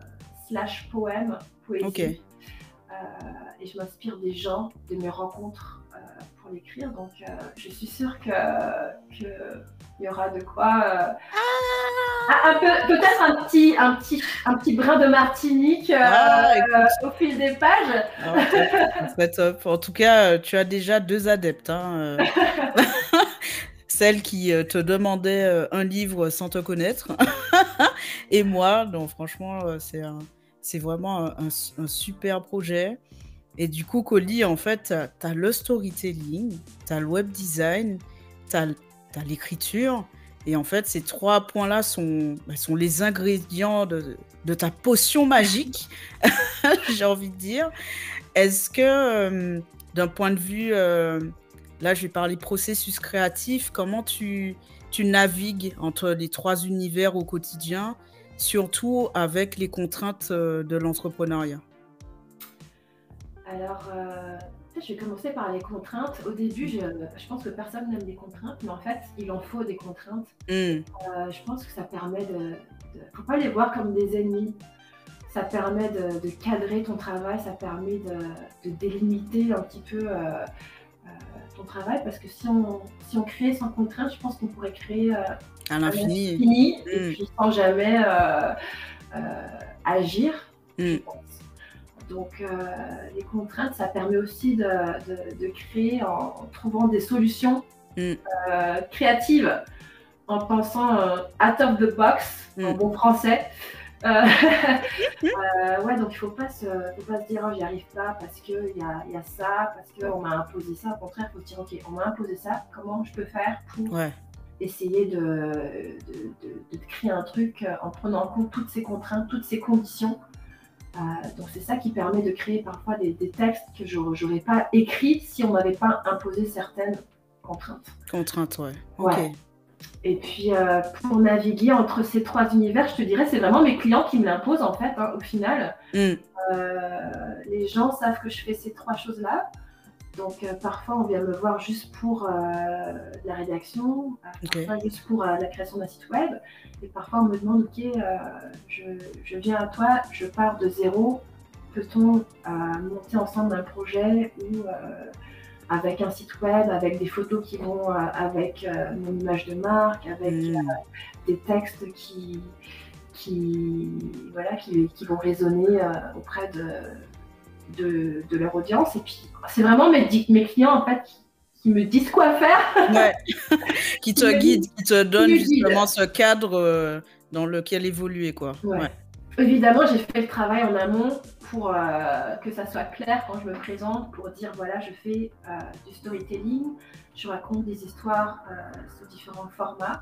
/ poèmes, poésie. Okay. Et je m'inspire des gens, de mes rencontres pour l'écrire. Donc, je suis sûre qu'il y aura de quoi. Peut-être un petit brin de Martinique au fil des pages. Très top. En tout cas, tu as déjà 2 adeptes. Hein, celle qui te demandait un livre sans te connaître et moi. Donc franchement, c'est vraiment un super projet. Et du coup, Coly, en fait, tu as le storytelling, tu as le web design, tu as l'écriture. Et en fait, ces 3 points-là sont les ingrédients de ta potion magique, j'ai envie de dire. Est-ce que, d'un point de vue, là, je vais parler processus créatif, comment tu navigues entre les 3 univers au quotidien, surtout avec les contraintes de l'entrepreneuriat? Alors, je vais commencer par les contraintes. Au début, je pense que personne n'aime les contraintes, mais en fait, il en faut des contraintes. Je pense que ça permet faut pas les voir comme des ennemis. Ça permet de cadrer ton travail, ça permet de délimiter un petit peu ton travail, parce que si on créait sans contraintes, je pense qu'on pourrait créer à l'infini, et puis sans jamais agir, je pense. Donc, les contraintes, ça permet aussi de créer en trouvant des solutions créatives, en pensant out of the box, en bon français. Ouais, donc il faut pas se dire oh, j'y arrive pas parce qu'il y a ça, parce qu'on m'a imposé ça. Au contraire, il faut se dire ok, on m'a imposé ça, comment je peux faire pour essayer de créer un truc en prenant en compte toutes ces contraintes, toutes ces conditions. Donc c'est ça qui permet de créer parfois des textes que je n'aurais pas écrits si on m'avait pas imposé certaines contraintes. Contraintes, ouais. Ouais. Et puis pour naviguer entre ces trois univers, je te dirais, c'est vraiment mes clients qui me l'imposent en fait, au final. Les gens savent que je fais ces trois choses-là. Donc parfois on vient me voir juste pour la rédaction, parfois juste pour la création d'un site web. Et parfois on me demande, ok, je viens à toi, je pars de zéro, peut-on monter ensemble un projet ou avec un site web, avec des photos qui vont avec mon image de marque, avec des textes qui vont résonner auprès de leur audience. Et puis, c'est vraiment mes clients, en fait, qui me disent quoi faire. Qui te guident, qui te donnent justement ce cadre dans lequel évoluer, quoi. Ouais. Évidemment, j'ai fait le travail en amont pour que ça soit clair quand je me présente, pour dire voilà, je fais du storytelling, je raconte des histoires sous différents formats.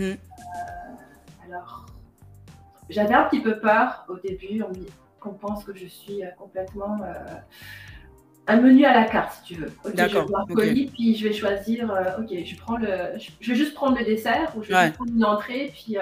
Alors, j'avais un petit peu peur au début, qu'on pense que je suis complètement un menu à la carte, si tu veux. D'accord. Je vais un colis, puis je vais choisir, je vais juste prendre le dessert ou je vais juste prendre une entrée, puis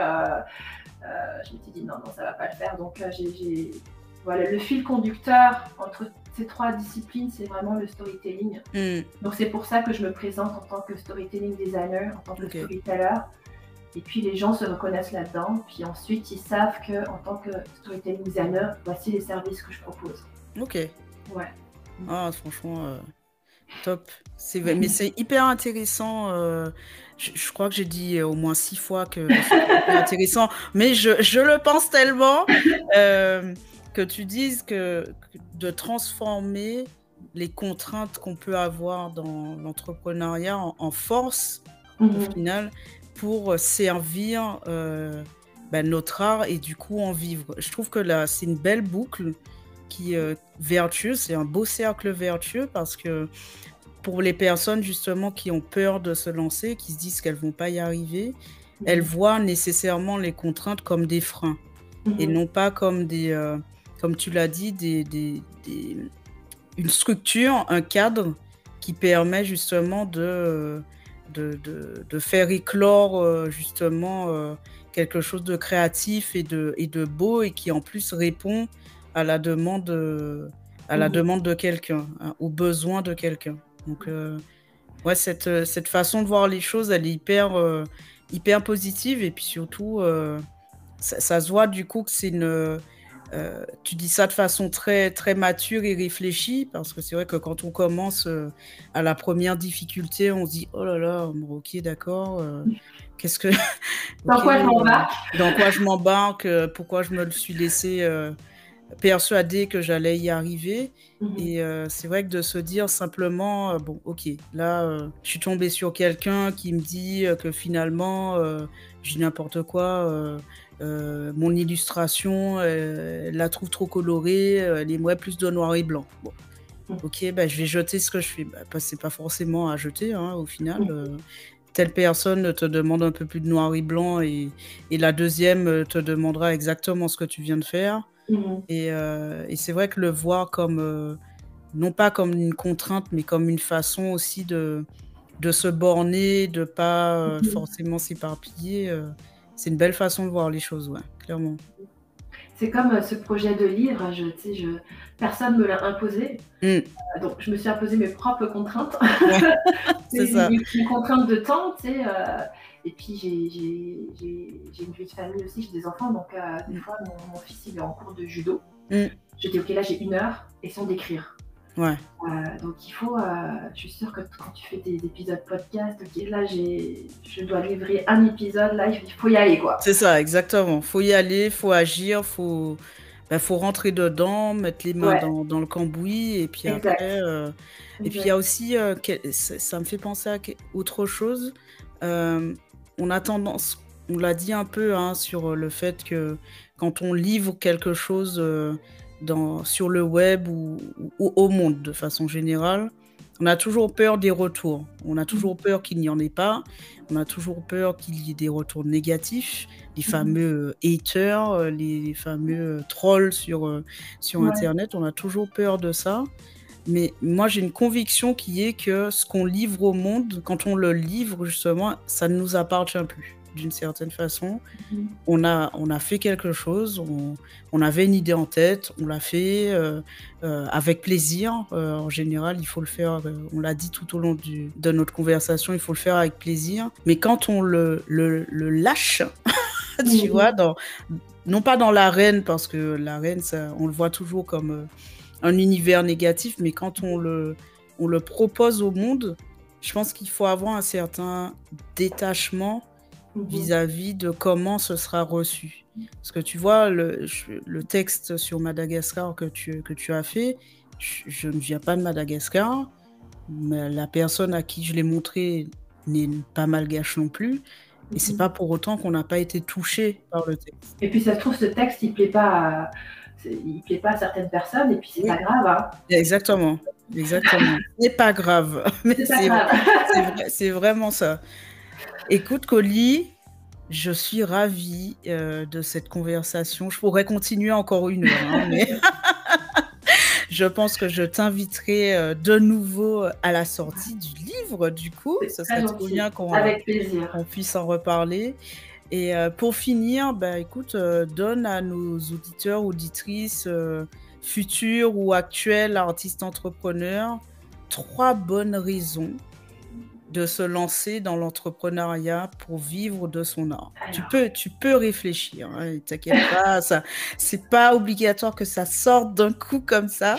je m'étais dit non, ça va pas le faire. Donc voilà, le fil conducteur entre ces trois disciplines, c'est vraiment le storytelling. Donc c'est pour ça que je me présente en tant que storytelling designer, en tant que storyteller. Et puis les gens se reconnaissent là-dedans. Puis ensuite, ils savent qu'en tant que storytelling designer, voici les services que je propose. Ok. Ouais. Ah, franchement, top. Mais c'est hyper intéressant. Je crois que j'ai dit au moins 6 fois que c'est hyper intéressant. Mais je le pense tellement que tu dises que de transformer les contraintes qu'on peut avoir dans l'entrepreneuriat en force, au final, pour servir notre art et du coup en vivre. Je trouve que là, c'est une belle boucle qui est vertueuse, c'est un beau cercle vertueux parce que pour les personnes justement qui ont peur de se lancer, qui se disent qu'elles ne vont pas y arriver, elles voient nécessairement les contraintes comme des freins et non pas comme comme tu l'as dit, une structure, un cadre qui permet justement de faire éclore justement quelque chose de créatif et de beau et qui en plus répond à la demande de quelqu'un, hein, aux besoins de quelqu'un. Donc ouais, cette façon de voir les choses, elle est hyper positive et puis surtout ça se voit du coup que c'est tu dis ça de façon très, très mature et réfléchie, parce que c'est vrai que quand on commence à la première difficulté, on se dit « Oh là là, ok, d'accord, qu'est-ce que… Dans quoi je m'embarque ?» Dans quoi je m'embarque, pourquoi je me le suis laissé persuader que j'allais y arriver. Et c'est vrai que de se dire simplement, bon, ok, là, je suis tombée sur quelqu'un qui me dit que finalement, je dis n'importe quoi, mon illustration, la trouve trop colorée, elle aimerait plus de noir et blanc. Bon, ok, je vais jeter ce que je fais. C'est pas forcément à jeter, hein, au final. Telle personne te demande un peu plus de noir et blanc et la deuxième te demandera exactement ce que tu viens de faire. Et c'est vrai que le voir comme, non pas comme une contrainte, mais comme une façon aussi de se borner, de pas forcément s'éparpiller, c'est une belle façon de voir les choses, ouais, clairement. C'est comme ce projet de livre, personne ne me l'a imposé, donc je me suis imposé mes propres contraintes. Ouais, c'est ça. Une contrainte de temps, tu sais, et puis j'ai une vie de famille aussi, j'ai des enfants, donc des fois mon fils il est en cours de judo. Je dis ok, là j'ai 1 heure et sans d'écrire. Ouais. Donc il faut, je suis sûre que quand tu fais des épisodes podcast, ok, là je dois livrer un épisode, là il faut y aller quoi. C'est ça, exactement. Faut y aller, faut agir, faut faut rentrer dedans, mettre les mains Ouais, dans le cambouis, et puis exact. après. Et puis il y Exact. a aussi, ça me fait penser à autre chose. On a tendance, on l'a dit un peu, hein, sur le fait que quand on livre quelque chose sur le web ou au monde de façon générale, on a toujours peur des retours. On a toujours peur qu'il n'y en ait pas. On a toujours peur qu'il y ait des retours négatifs, les fameux haters, les fameux trolls sur Ouais. Internet. On a toujours peur de ça. Mais moi, j'ai une conviction qui est que ce qu'on livre au monde, quand on le livre, justement, ça ne nous appartient plus, d'une certaine façon. On a fait quelque chose, on avait une idée en tête, on l'a fait avec plaisir. En général, il faut le faire, on l'a dit tout au long de notre conversation, il faut le faire avec plaisir. Mais quand on le lâche, tu vois, non pas dans l'arène, parce que l'arène, on le voit toujours comme un univers négatif, mais quand on le propose au monde, je pense qu'il faut avoir un certain détachement vis-à-vis de comment ce sera reçu. Parce que tu vois, le texte sur Madagascar que tu as fait, je ne viens pas de Madagascar, mais la personne à qui je l'ai montré n'est pas malgache non plus, et c'est pas pour autant qu'on n'a pas été touché par le texte. Et puis ça se trouve, ce texte, il plaît pas à certaines personnes, et puis c'est Oui. pas grave. Hein. Exactement. C'est pas grave, mais C'est pas grave. c'est vraiment ça. Écoute, Colly, je suis ravie de cette conversation. Je pourrais continuer encore 1 heure, hein, mais je pense que je t'inviterai de nouveau à la sortie du livre, du coup. C'est Ce très serait trop gentil. bien qu'on Avec plaisir. puisse en reparler. Et pour finir, écoute, donne à nos auditeurs, auditrices, futurs ou actuels artistes entrepreneurs, 3 bonnes raisons de se lancer dans l'entrepreneuriat pour vivre de son art. Alors. Tu peux réfléchir, hein, t'inquiète pas, c'est pas obligatoire que ça sorte d'un coup comme ça.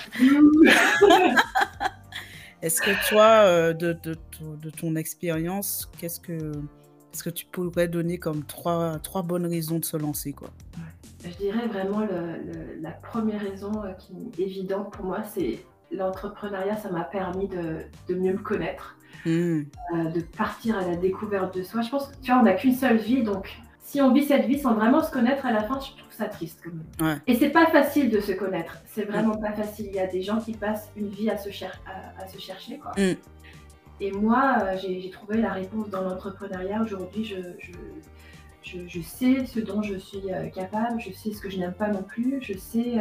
Est-ce que toi, de ton expérience, qu'est-ce que tu pourrais donner comme 3 bonnes raisons de se lancer, quoi? Je dirais vraiment la première raison qui est évidente pour moi, c'est l'entrepreneuriat, ça m'a permis de mieux me connaître, de partir à la découverte de soi. Je pense que tu vois, on n'a qu'une seule vie, donc si on vit cette vie sans vraiment se connaître à la fin, je trouve ça triste quand même. Ouais. Et c'est pas facile de se connaître, c'est vraiment pas facile. Il y a des gens qui passent une vie à se chercher, quoi. Et moi, j'ai trouvé la réponse dans l'entrepreneuriat. Aujourd'hui, je sais ce dont je suis capable, je sais ce que je n'aime pas non plus, je sais...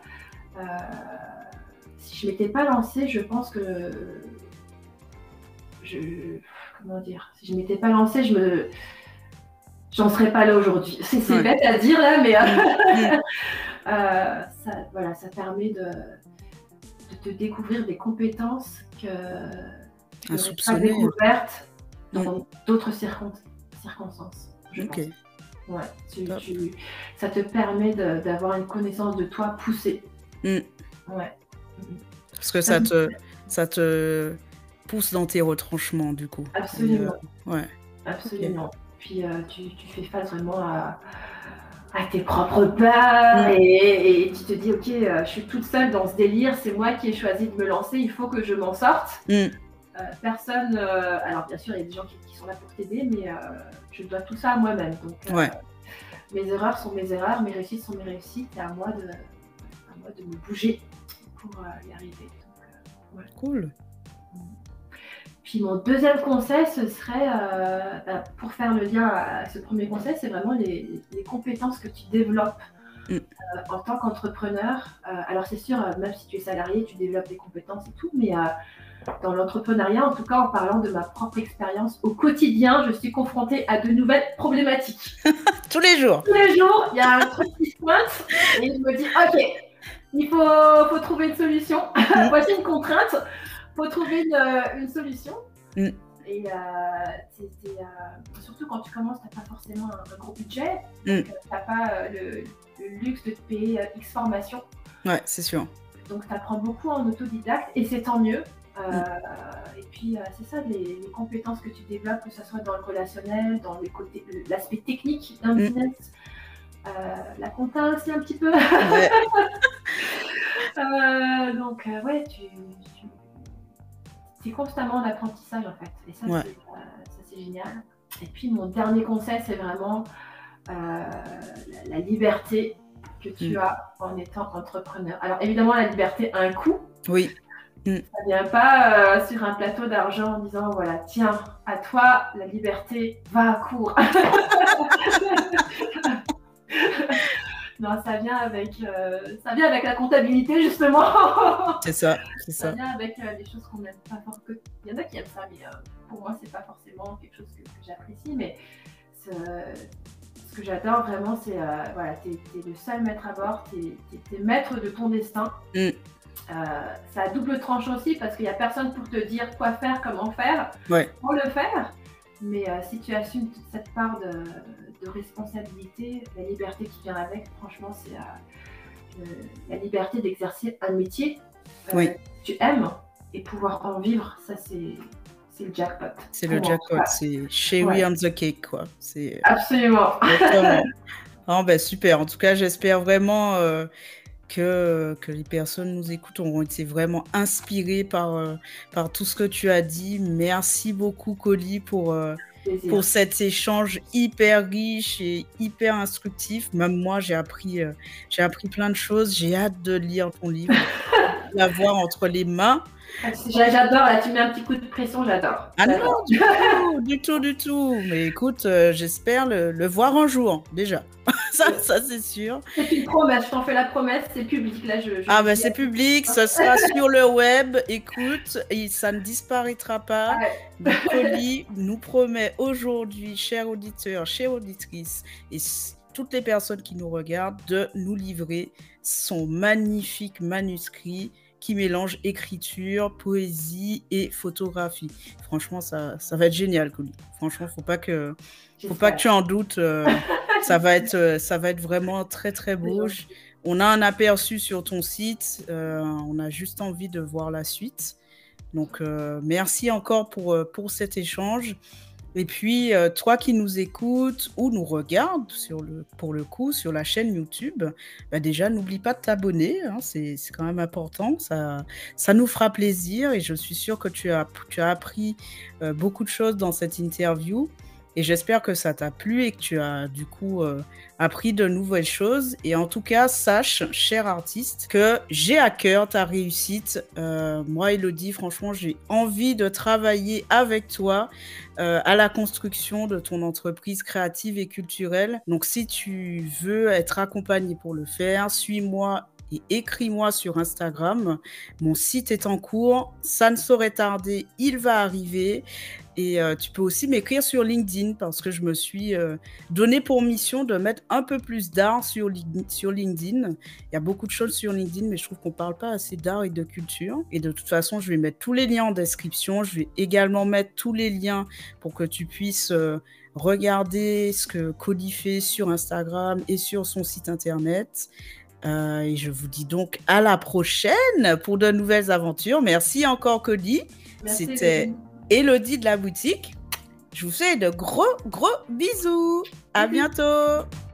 si je m'étais pas lancée, je pense que... comment dire? Si je m'étais pas lancée, j'en serais pas là aujourd'hui. C'est bête à dire là, mais ça permet de te découvrir des compétences que tu n'aurais pas découvertes dans d'autres circonstances, je pense. Ouais, ça te permet d'avoir une connaissance de toi poussée. Ouais. Parce que ça te pousse dans tes retranchements, du coup. Absolument. Ouais. Absolument. Okay. Puis tu fais face vraiment à tes propres peurs et tu te dis, ok, je suis toute seule dans ce délire, c'est moi qui ai choisi de me lancer, il faut que je m'en sorte. Personne, alors bien sûr, il y a des gens qui sont là pour t'aider, mais je dois tout ça à moi-même. Donc, mes erreurs sont mes erreurs, mes réussites sont mes réussites, et à moi de me bouger pour y arriver. Donc, Cool. Puis mon deuxième conseil, ce serait, pour faire le lien à ce premier conseil, c'est vraiment les compétences que tu développes en tant qu'entrepreneur. Alors c'est sûr, même si tu es salarié, tu développes des compétences et tout, mais dans l'entrepreneuriat, en tout cas en parlant de ma propre expérience, au quotidien, je suis confrontée à de nouvelles problématiques. Tous les jours. Tous les jours, il y a un truc qui se pointe et je me dis, ok, il faut trouver une solution. Voici une contrainte. Faut trouver une solution. Et surtout quand tu commences, tu n'as pas forcément un gros budget. Donc, tu n'as pas le luxe de te payer X formation. Ouais, c'est sûr. Donc, tu apprends beaucoup en autodidacte et c'est tant mieux. Et puis, c'est ça, les compétences que tu développes, que ce soit dans le relationnel, dans l'aspect technique d'un business, la compta aussi un petit peu. Ouais. Donc, ouais, c'est constamment en apprentissage en fait. Et ça, Ouais. c'est génial. Et puis, mon dernier conseil, c'est vraiment la liberté que tu as en étant entrepreneur. Alors, évidemment, la liberté a un coût. Oui. Ça ne vient pas sur un plateau d'argent en disant, voilà, tiens, à toi, la liberté, va à court. Non, ça vient avec la comptabilité, justement. C'est ça, c'est Ça ça. vient avec des choses qu'on n'aime pas forcément. Il y en a qui aiment ça, mais pour moi, c'est pas forcément quelque chose que j'apprécie. Mais ce que j'adore vraiment, c'est voilà, t'es le seul maître à bord, t'es maître de ton destin. Ça a double tranchant aussi parce qu'il n'y a personne pour te dire quoi faire, comment faire. Ouais. Pour le faire. Mais si tu assumes toute cette part de responsabilité, la liberté qui vient avec, franchement, c'est la liberté d'exercer un métier Oui. que tu aimes et pouvoir en vivre, ça c'est le jackpot. C'est le jackpot, Ouais. c'est cherry on the cake, quoi. Absolument. Oh, ben, super. En tout cas, j'espère vraiment que les personnes nous écoutent auront été vraiment inspirées par tout ce que tu as dit. Merci beaucoup, Coly, pour cet échange hyper riche et hyper instructif. Même moi, j'ai appris plein de choses. J'ai hâte de lire ton livre, de l'avoir entre les mains. J'adore, là tu mets un petit coup de pression, j'adore. Ah non, du tout. Mais écoute, j'espère le voir un jour, déjà. ça c'est sûr. C'est une promesse, je t'en fais la promesse, c'est public. Là, ben c'est public, ce sera sur le web. Écoute, et ça ne disparaîtra pas. Ouais. Coly nous promet aujourd'hui, chers auditeurs, chères auditrices, et toutes les personnes qui nous regardent, de nous livrer son magnifique manuscrit qui mélange écriture, poésie et photographie. Franchement, ça va être génial, Coly. Franchement, faut pas que tu en doutes. Ça va être vraiment très, très beau. On a un aperçu sur ton site. On a juste envie de voir la suite. Donc, merci encore pour cet échange. Et puis, toi qui nous écoutes ou nous regardes pour le coup sur la chaîne YouTube, bah déjà, n'oublie pas de t'abonner, hein, c'est quand même important, ça nous fera plaisir et je suis sûre que tu as appris beaucoup de choses dans cette interview et j'espère que ça t'a plu et que tu as du coup appris de nouvelles choses. Et en tout cas, sache, cher artiste, que j'ai à cœur ta réussite. Moi, Elodie, franchement, j'ai envie de travailler avec toi à la construction de ton entreprise créative et culturelle. Donc, si tu veux être accompagné pour le faire, suis-moi et écris-moi sur Instagram. Mon site est en cours, ça ne saurait tarder, il va arriver. Et tu peux aussi m'écrire sur LinkedIn parce que je me suis donné pour mission de mettre un peu plus d'art sur LinkedIn. Il y a beaucoup de choses sur LinkedIn, mais je trouve qu'on ne parle pas assez d'art et de culture. Et de toute façon, je vais mettre tous les liens en description. Je vais également mettre tous les liens pour que tu puisses regarder ce que Coly fait sur Instagram et sur son site internet. Et je vous dis donc à la prochaine pour de nouvelles aventures. Merci encore, Coly. C'était Elodie de la boutique. Je vous fais de gros bisous. À bientôt.